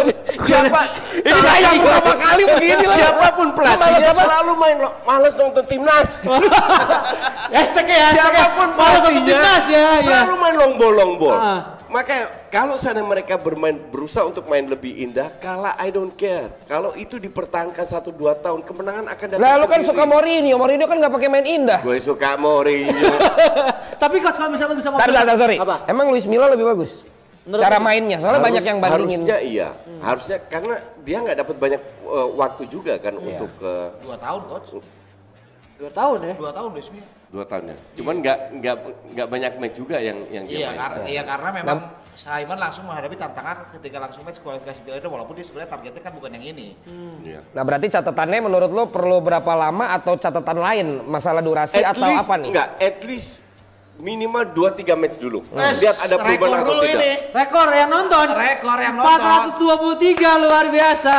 siapa Ini saya berapa kali begini lah. siapapun pelatihnya selalu main lo- males nonton timnas. Hashtagnya ya, Siapapun Males nonton pelatihnya timnas ya, ya. selalu main longbol-longbol. Ah. Makanya kalau sana mereka bermain berusaha untuk main lebih indah, kalah I don't care. Kalau itu dipertahankan satu dua tahun, kemenangan akan datang. Lah lu kan sendiri. suka Mourinho, Mourinho kan nggak pakai main indah. Gue suka Mourinho. Tapi coach kalau misalnya lu bisa Tar, tar, tar, sorry. Apa? Emang Luis Milla lebih bagus? Menurut Cara lu? mainnya, soalnya Harus- banyak yang bandingin. Harusnya iya, harusnya karena dia nggak dapat banyak uh, waktu juga kan Iya. untuk ke Dua tahun coach, Dua tahun ya. dua tahun resmi. dua tahunnya. Cuman nggak nggak nggak banyak match juga yang yang dia Iya, main. karena, iya karena memang Simon langsung menghadapi tantangan ketika langsung match kualifikasi Piala Dunia walaupun dia sebenarnya targetnya kan bukan yang ini. Iya. Nah berarti catatannya menurut lo perlu berapa lama atau catatan lain? Masalah durasi At atau least apa nih? nggak, at least minimal dua tiga match dulu. Wes, Lihat ada rekor perubahan atau dulu tidak. ini. Rekor yang nonton. Rekor yang nonton. empat ratus dua puluh tiga luar biasa.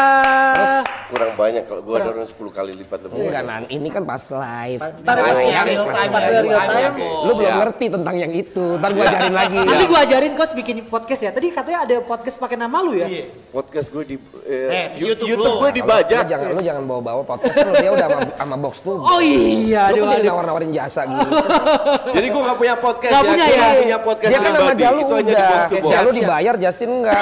Kurang banyak kalau gua dorong sepuluh kali lipat lebih. Enggak, nah, ini kan pas live. Ntar Nah, gua- yang real time, pas ya, real real time. time, ya. Lu belum Siap. ngerti tentang yang itu. Ntar gua ajarin lagi. Nanti gua ajarin coach bikin podcast ya. Tadi katanya ada podcast pakai nama lu ya. Iya. Podcast gue di Eh, eh, YouTube YouTube, lu. gue Lu dibajak. jangan lu jangan bawa-bawa podcast lu, dia udah sama, sama box tuh. Oh iya, Lu aduh, kan jadi aduh. nawar-nawarin jasa gitu. Jadi gue nggak punya podcast Nggak ya. punya Gua ya? nggak punya podcast Dia kan sama pribadi. Jalu Itu hanya di udah. box to box. Jalu dibayar, Justin enggak.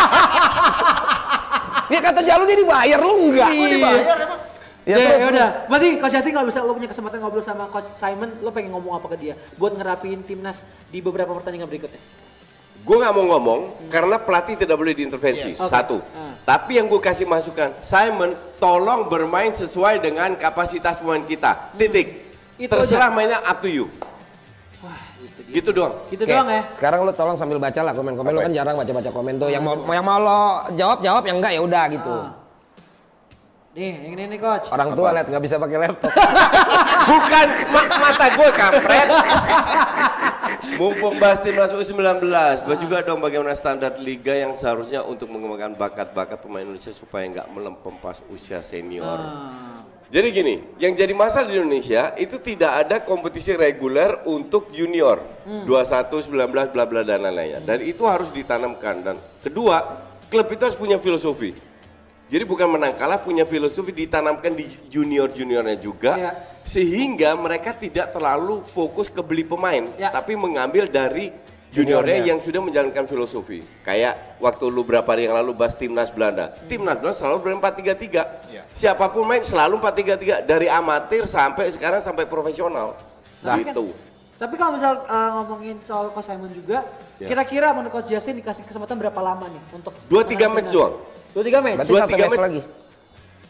Dia kata Jalu dia dibayar, lu enggak. Iya. Dibayar emang. Ya, Ya, terus, ya udah. Berarti Coach Yasin kalau bisa lo punya kesempatan ngobrol sama Coach Simon, lo pengen ngomong apa ke dia buat ngerapiin timnas di beberapa pertandingan berikutnya? Gue nggak mau ngomong karena pelatih tidak boleh diintervensi. Yes. Oke. Satu. Ah. Tapi yang gue kasih masukan, Simon, tolong bermain sesuai dengan kapasitas pemain kita. Titik. Itu Terserah aja. mainnya up to you. Gitu doang. Gitu Oke, doang ya. sekarang lu tolong sambil baca lah komen-komen, lu Apa? kan jarang baca-baca komen tuh. Yang mau yang mau lo jawab jawab, yang enggak ya udah gitu. Ah. Nih, yang ini nih Coach. Orang tua lihat nggak bisa pakai laptop. Bukan ma- mata gue kampret. Mumpung bahas timnas U sembilan belas, bahas juga dong bagaimana standar liga yang seharusnya untuk mengembangkan bakat-bakat pemain Indonesia supaya nggak melempem pas usia senior. Ah. Jadi gini, yang jadi masalah di Indonesia itu tidak ada kompetisi reguler untuk junior dua puluh satu, sembilan belas, bla bla dan lain-lainnya. Dan itu harus ditanamkan. Dan kedua, klub itu harus punya filosofi. Jadi bukan menang kalah, punya filosofi ditanamkan di junior-juniornya juga. Iya. Sehingga mereka tidak terlalu fokus ke beli pemain, Ya. tapi mengambil dari juniornya Juniornya. yang sudah menjalankan filosofi. Kayak waktu lu berapa hari yang lalu bahas timnas Belanda. Timnas Belanda selalu bermain empat tiga tiga. Siapapun main selalu empat tiga tiga dari amatir sampai sekarang sampai profesional. Tapi kan- Gitu. Tapi kalau misal uh, ngomongin soal Coach Simon juga, Ya. kira-kira menurut Coach Yasin dikasih kesempatan berapa lama nih untuk Dua tiga menghadapi match timnas? doang. Dua tiga match. Berarti Dua, satu tiga match match. lagi.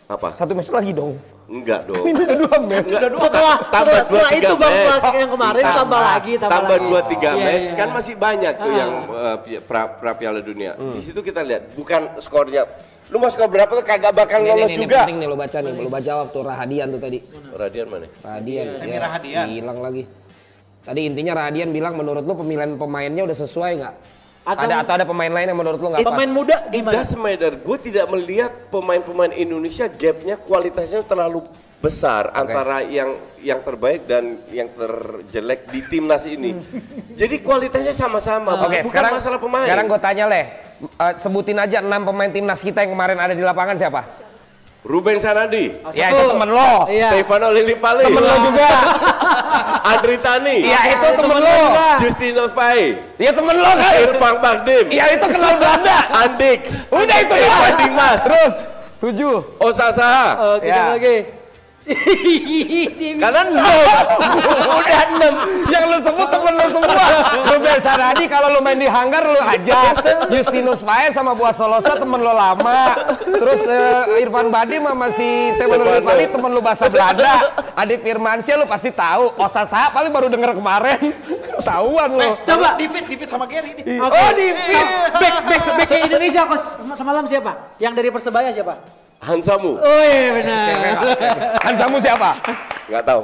Apa? Satu match lagi dong. Enggak dong. Ini udah dua match. Enggak, Setelah, tambah setelah, dua setelah tiga itu Bang match. Klasik yang kemarin tambah, Tambah- lagi, tambah, tambah lagi. dua tiga Iya, match iya. kan masih banyak tuh Ah. yang uh, pi- pra, pra Piala Dunia. Di situ kita lihat bukan skornya. Lu mau skor berapa tuh kagak bakal Nih, lolos nih, nih, juga. penting nih lo baca nih, lo baca waktu Rahadian tuh tadi. Radian mana? Rahadian. Emi ya, Rahadian. Hilang lagi. Tadi intinya Rahadian bilang menurut lo pemilihan pemainnya udah sesuai nggak? Atau- Ada atau ada pemain lain yang menurut lo nggak pas? Pemain muda It gimana? doesn't matter. Gue tidak melihat pemain-pemain Indonesia gapnya kualitasnya terlalu besar antara yang yang terbaik dan yang terjelek di timnas ini. Jadi kualitasnya sama-sama, Oke, bukan sekarang masalah pemain. Sekarang gue tanya leh, uh, sebutin aja enam pemain timnas kita yang kemarin ada di lapangan siapa? Ruben Sanadi, Ya itu temen lo. Iya. Stefano Lillipali, Temen lo juga. Andri Tani, Iya itu itu temen temen lo. lo juga. Justinus Pai, Iya temen lo kan. Irfan Bagdim, Iya itu kenal Belanda. Andik, Udah itu Evan doang. Dimas, Terus tujuh. Osasaha. Oke, Ya. lagi. Karena enam, udah enam. Yang lu sebut temen lu semua. Ruben Sanadi kalau lu main di hanggar lu aja. Justinus Pae sama Buas Solosa temen lu lama. Terus eh, Irfan Badim sama si Stefano Lillipali temen lu bahasa Belanda. Adik Firmansyah lu pasti tahu. Osasaha paling baru denger kemarin. Tahuan lu. Coba. Di fit, di fit sama Gary nih. Oh di fit. Back, back, back ke Indonesia, Kos. Semalam siapa? Yang dari Persebaya siapa? Hansamu, Oh iya benar. Hansamu siapa? nggak tahu.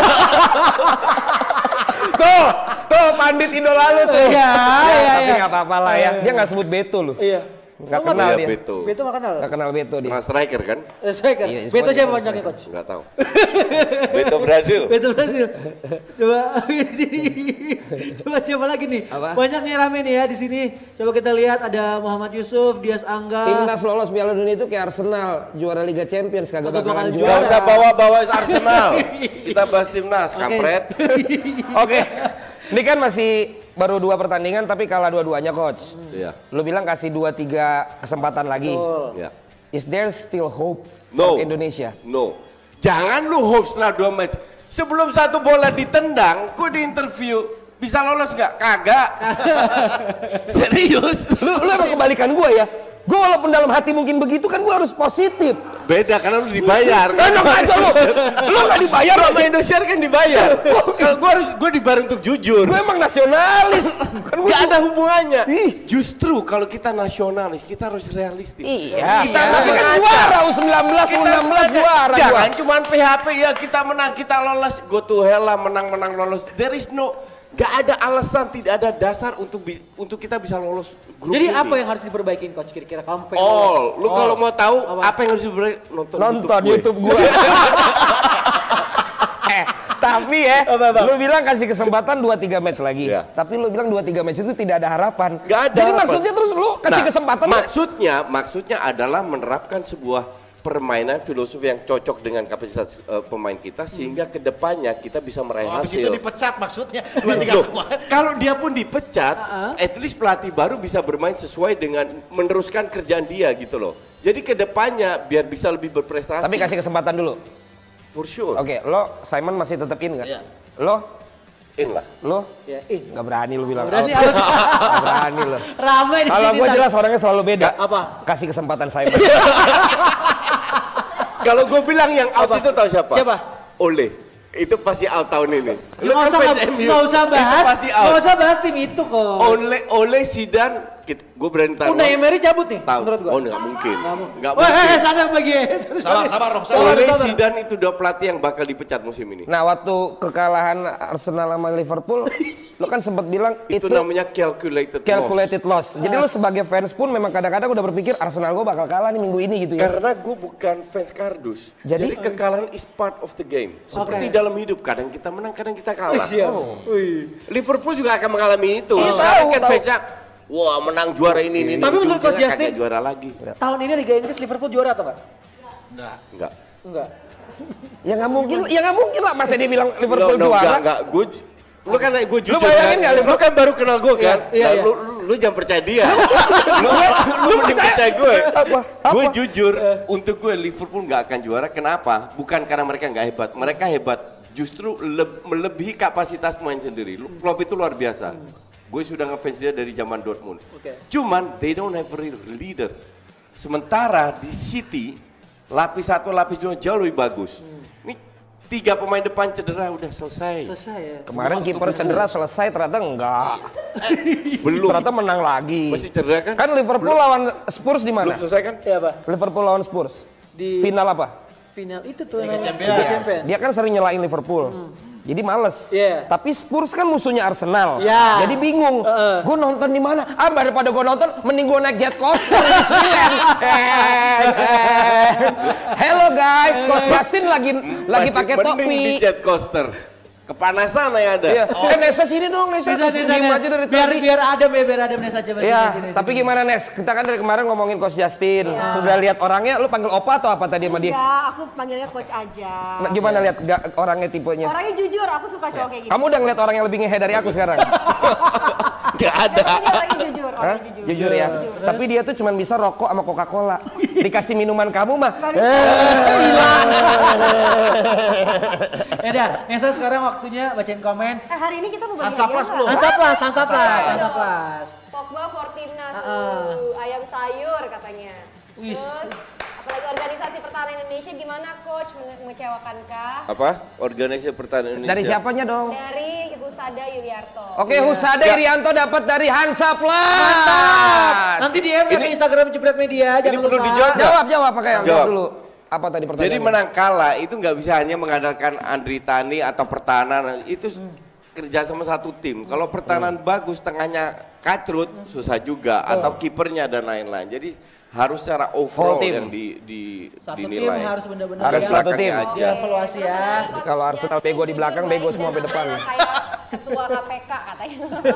Tuh, tuh pandit idola lu tuh. Iya, iya, Tapi iya. nggak apa-apa lah ya. Dia nggak sebut Beto lu. Iya. Nggak Oh, kenal Iya, dia. Beto. Beto nggak kenal? Nggak kenal Beto dia. Mas striker kan? Eh, striker. Iya, Beto semuanya siapa kenal panjangnya, Coach? Nggak tahu. Beto Brazil. Beto Brasil. Coba di sini. Coba siapa lagi nih? Apa? Banyak nih rame nih ya di sini. Coba kita lihat ada Muhammad Yusuf, Dias Angga. Timnas lolos Piala Dunia itu kayak Arsenal juara Liga Champions kagak Kagak bakalan bakalan juara. Gak usah bawa-bawa Arsenal. Kita bahas timnas, kampret. Oke. Ini kan masih baru dua pertandingan tapi kalah dua-duanya coach. Iya. Lu bilang kasih dua tiga kesempatan lagi. Ya. Is there still hope No. for Indonesia? No. Jangan lu hope setelah dua match. Sebelum satu bola ditendang, gue di interview bisa lolos nggak? Kagak. Serius. Lu, lu emang kebalikan gue ya. Gue walaupun dalam hati mungkin begitu kan gue harus positif. Beda karena lu dibayar. Kan dong aja lu. Lu gak dibayar Kalau loh. sama Indosiar kan dibayar. Kalau gue harus gue dibayar untuk jujur. Gue emang nasionalis. Kan gua Gak tuh- ada hubungannya. Ih. Justru kalau kita nasionalis, kita harus realistis. Iya. Kita Tapi kan ngaca. juara U sembilan belas, U Kita enam belas harus juara. ngaca. Jangan gua. cuman P H P ya kita menang, kita lolos. Go to hell lah, menang-menang lolos. There is no, gak ada alasan, tidak ada dasar untuk bi- untuk kita bisa lolos grup Jadi ini. apa yang harus diperbaikin Coach kira-kira kalau pengen All, lolos? lu kalau mau tahu Apa? apa, yang harus diberi nonton, Nonton gue. YouTube gue. eh, tapi ya, Apa, apa? lu bilang kasih kesempatan dua tiga match lagi. Iya. Tapi lu bilang dua tiga match itu tidak ada harapan. Nggak ada Jadi harapan. maksudnya terus lu kasih Nah, kesempatan. Maksudnya, maksudnya adalah menerapkan sebuah permainan filosofi yang cocok dengan kapasitas eh, pemain kita sehingga kedepannya kita bisa meraih Oh, habis itu hasil. dipecat maksudnya. Dua tiga Loh, kemarin. kalau dia pun dipecat, at least pelatih baru bisa bermain sesuai dengan meneruskan kerjaan dia gitu loh. Jadi kedepannya biar bisa lebih berprestasi. Tapi kasih kesempatan dulu. for sure. Oke, lo Simon masih tetap in nggak? Iya. Lo, In lah. lo Ya, in. nggak berani lu bilang. Berani out. out. Nggak berani lo. Rame di Kalau sini. gue Tan. jelas orangnya selalu beda. Apa? Kasih kesempatan Simon. Kalau gue bilang yang out itu tahu siapa? Siapa? Ole. Itu pasti out tahun ini. Nggak usah fans nggak M U, nggak usah itu bahas, pasti out. nggak usah bahas tim itu kok. Ole, Ole Zidane, gue berani taruh. Unai Emery cabut nih, Tahu. menurut gua. Oh, nggak mungkin. Nggak Wah, mungkin. eh, sadar bagi. Sorry, Sabar, sorry. sabar, Rong, sabar. Ole sabar. Zidane itu udah pelatih yang bakal dipecat musim ini. Nah, waktu kekalahan Arsenal sama Liverpool, lo kan sempat bilang itu, itu, namanya calculated, calculated loss. loss. Jadi lo sebagai fans pun memang kadang-kadang udah berpikir Arsenal gue bakal kalah nih minggu ini gitu ya. Karena gue bukan fans kardus. Jadi- Jadi, kekalahan is part of the game. Seperti Oke. dalam hidup, kadang kita menang, kadang kita kalah. Siap. Oh. Wih. Liverpool juga akan mengalami itu. Iya, Sekarang tahu, kan tahu. fansnya, wah menang juara ini, ini, Tapi ini. menurut Coach Ujung-ujungnya Justin- kagak juara lagi. Tahun ini Liga Inggris Liverpool juara atau enggak? Enggak. Enggak. Enggak. Ya nggak mungkin, ya nggak mungkin lah masa dia bilang Liverpool No, no, juara. enggak, enggak. Gue, lu kan gue jujur bayangin kan? nggak, Lu Liverpool- kan baru kenal gue kan? Iya, Nah, iya. Lu, lu, lu jangan percaya dia. lu lu mending percaya gue. Apa? Apa? Gue jujur, untuk gue Liverpool nggak akan juara. Kenapa? Bukan karena mereka nggak hebat. Mereka hebat. Justru le- melebihi kapasitas pemain sendiri. Lu- Klopp itu luar biasa. Gue sudah ngefans dia dari zaman Dortmund. Oke. Cuman they don't have a real leader. Sementara di City lapis satu, lapis dua jauh lebih bagus. Ini tiga pemain depan cedera udah selesai. Selesai ya. Kemarin kiper cedera selesai ternyata enggak. Belum. Ternyata menang lagi. Masih cedera kan? Kan Liverpool lawan Spurs di mana? Belum selesai kan? Iya, Pak. Liverpool lawan Spurs. Di Final apa? final itu tuh Liga namanya. Champions. Liga Champions. Dia kan sering nyelain Liverpool. Jadi males. Iya. Tapi Spurs kan musuhnya Arsenal. Iya. Jadi bingung. Heeh. Gue nonton di mana? Ah, daripada gue nonton, mending gue naik jet coaster di Disneyland. Eh, eh. Hello guys, Coach Justin lagi lagi Masih pakai mending topi. di jet coaster. Kepanasan yang ada. Iya. Eh, Nesa sini dong, Nesa. Bisa Kasih sih diem aja dari biar tadi. biar adem ya, biar adem Nes aja Mas. Iya, Sini, sini, tapi sini. gimana Nes? Kita kan dari kemarin ngomongin Coach Justin. Sudah lihat orangnya, lu panggil Opa atau apa tadi sama dia? Enggak, aku panggilnya coach aja. Nah, gimana lihat ga- orangnya tipenya? Orangnya jujur, aku suka cowok kayak gitu. Kamu udah ngeliat orang yang lebih ngehe dari aku sekarang? Gak ada. Tapi dia orangnya jujur, Hah? orangnya jujur. Jujur ya. Jujur. Tapi dia tuh cuma bisa rokok sama Coca-Cola. Dikasih minuman kamu mah. Nggak bisa. Ya udah, Nesa sekarang waktunya bacain komen. Eh, hari ini kita mau bagi Hansa Plus hadiah belum? nggak? Hansaplas, Hansaplas, Hansaplas. Hansaplas. Pogba for Timnas, Ah, ah. uh, ayam sayur katanya. Wis. Terus, apalagi organisasi pertahanan Indonesia gimana coach, Menge- mengecewakankah? Apa? Organisasi Pertahanan Indonesia. Dari siapanya dong? Dari Husada Yuliarto. Oke, Husada Ya. Irianto dapat dari Hansa Plus. Mantap. Nanti di M ke Instagram Jebret Media, jangan perlu lupa. dijawab. Jawab, jawab pakai yang Jawab. jawab dulu. Apa tadi pertanyaannya? Jadi menang kalah itu nggak bisa hanya mengandalkan Andri Tani atau pertahanan. Itu kerja sama satu tim. Kalau pertahanan bagus, tengahnya kacrut, susah juga. Atau kipernya dan lain-lain. Jadi harus secara overall Full team. yang di, di, Satu dinilai. tim harus benar-benar Harus yang satu tim. aja. dievaluasi ya. Kalau Arsenal bego di belakang, bego semua di depan. Kayak ketua K P K katanya.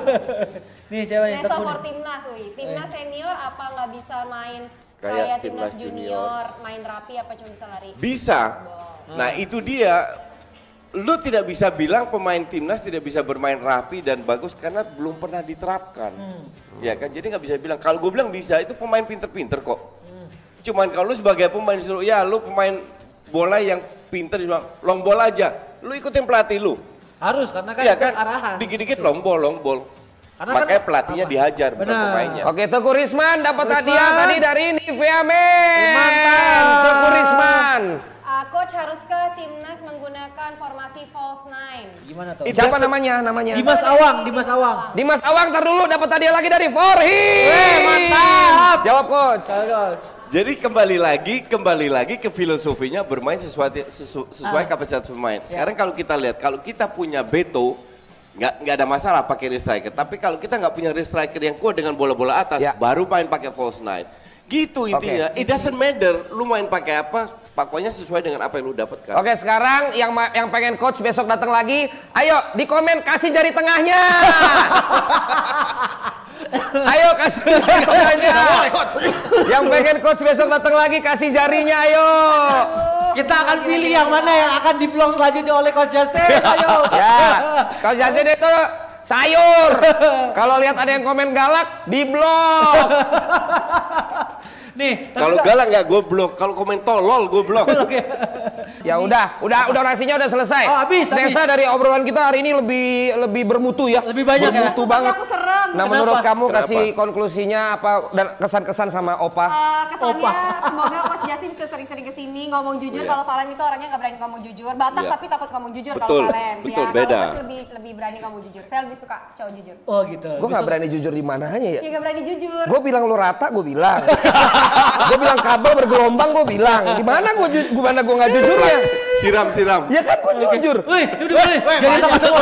Nih siapa nih? Nesa Teguh for nih. Timnas, wih. Timnas senior apa nggak bisa main Kayak kayak, Timnas Timnas junior, main rapi apa cuma bisa lari? Bisa. Nah itu dia. Lu tidak bisa bilang pemain timnas tidak bisa bermain rapi dan bagus karena belum pernah diterapkan. Ya kan, jadi nggak bisa bilang. Kalau gue bilang bisa, itu pemain pinter-pinter kok. Cuman kalau lu sebagai pemain disuruh, ya lu pemain bola yang pinter, bilang long bola aja. Lu ikutin pelatih lu. Harus karena kan Iya itu kan, arahan. dikit-dikit long ball, long ball. Karena Makanya kan- pelatihnya apa? dihajar, bukan Benar. pemainnya. Oke, Teguh Risman dapat Risman. hadiah tadi dari Nivea Men. Mantap. Teguh Risman. Uh, coach haruskah timnas menggunakan formasi false nine? Gimana tuh? It Siapa doesn't- namanya? Namanya? Dimas Awang, Dimas Awang. Dimas Awang, tar dulu dapat hadiah lagi dari Forhi. Weh, mantap. Jawab coach. Coach. Jadi kembali lagi, kembali lagi ke filosofinya bermain sesuai sesu- sesuai kapasitas pemain. Sekarang kalau kita lihat, kalau kita punya Beto, nggak nggak ada masalah pakai rear striker. Tapi kalau kita nggak punya rear striker yang kuat dengan bola-bola atas, Ya. baru main pakai false nine. Gitu intinya. It doesn't matter, lu main pakai apa, pokoknya sesuai dengan apa yang lu dapatkan. Oke, sekarang yang ma- yang pengen coach besok datang lagi, ayo di komen kasih jari tengahnya. Ayo kasih jari tengahnya. Yang pengen coach besok datang lagi kasih jarinya, ayo. Kita akan pilih yang mana yang akan di-vlog selanjutnya oleh Coach Justin. Ayo. Ya, coach Justin itu sayur. Kalau lihat ada yang komen galak, di blok. Nih, tapi Kalau nggak- galak nggak gue blok, kalau komen tolol gue blok. Ya udah, udah udah orasinya udah selesai. Oh, habis, Nesa habis. dari obrolan kita hari ini lebih lebih bermutu ya. Lebih banyak ya? bermutu banget. Aku serem. Nah, menurut Kenapa? kamu Kenapa? kasih konklusinya apa dan kesan-kesan sama Opa? Uh, kesannya Opa. semoga Coach Justin bisa sering-sering kesini ngomong jujur. Iya. Kalau Valen itu orangnya nggak berani ngomong jujur, Batak Iya. tapi takut ngomong jujur Betul, kalau Valen. betul, ya, beda. Kalau Coach lebih lebih berani ngomong jujur. Saya lebih suka cowok jujur. Oh gitu. Gue nggak berani jujur di mananya ya. Ya nggak berani jujur. Gue bilang lu rata, gue bilang. Gue bilang kabel bergelombang, gue bilang. Di mana gue ju- gimana gue nggak jujurnya? Siram, siram. Ya kan gue jujur. Wih, duduk nih. Jadi tengah semua.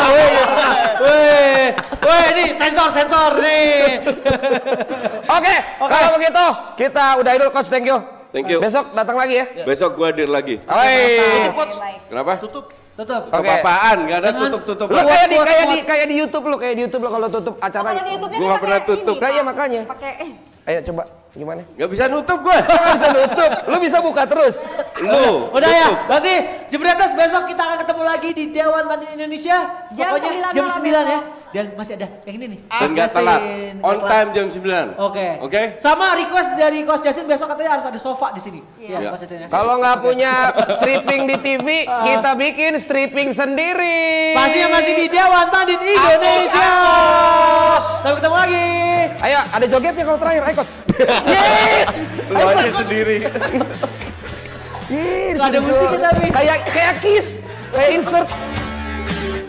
Wih, wih, ini sensor, sensor nih. Oke, kalau begitu kita udah dulu coach, thank you. Thank you. Besok datang lagi ya. Besok gue hadir lagi. Oi. Baik. Kenapa? Tutup. Tutup. Oke. Apa-apaan? Gak ada tutup-tutup. Lu kayak di kayak di kayak di YouTube lu, kayak di YouTube lu kalau tutup Oh, acara. kalau di YouTube-nya Gua kan nggak pernah pakai tutup. ini, Lah, iya Pak. makanya. Pakai eh Ayo coba gimana? Gak bisa nutup gue. Nggak bisa nutup, lu bisa buka terus. Lu. Udah ya, tutup. berarti Jebretas besok kita akan ketemu lagi di Dewan Banten Indonesia. Jam Pokoknya sembilan jam malam sembilan ya. besok. Dan masih ada yang ini nih. Dan Coach gak telat. Justin. On Nggak time jam sembilan. Oke. Oke? Sama request dari Coach Justin besok katanya harus ada sofa di sini. Iya. Iya, Coach Justin ya. Kalau nggak punya stripping di T V, kita bikin stripping sendiri. Pastinya masih di Dewan Banten Indonesia. Sampai ketemu lagi. Ayo, ada jogetnya kalau terakhir, ayo coach. Lu aja sendiri. Ih, Nggak ada disuruh musiknya jual. tapi. Kayak kayak Kiss, kayak insert.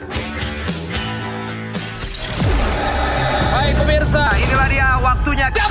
Baik pemirsa, inilah dia waktunya.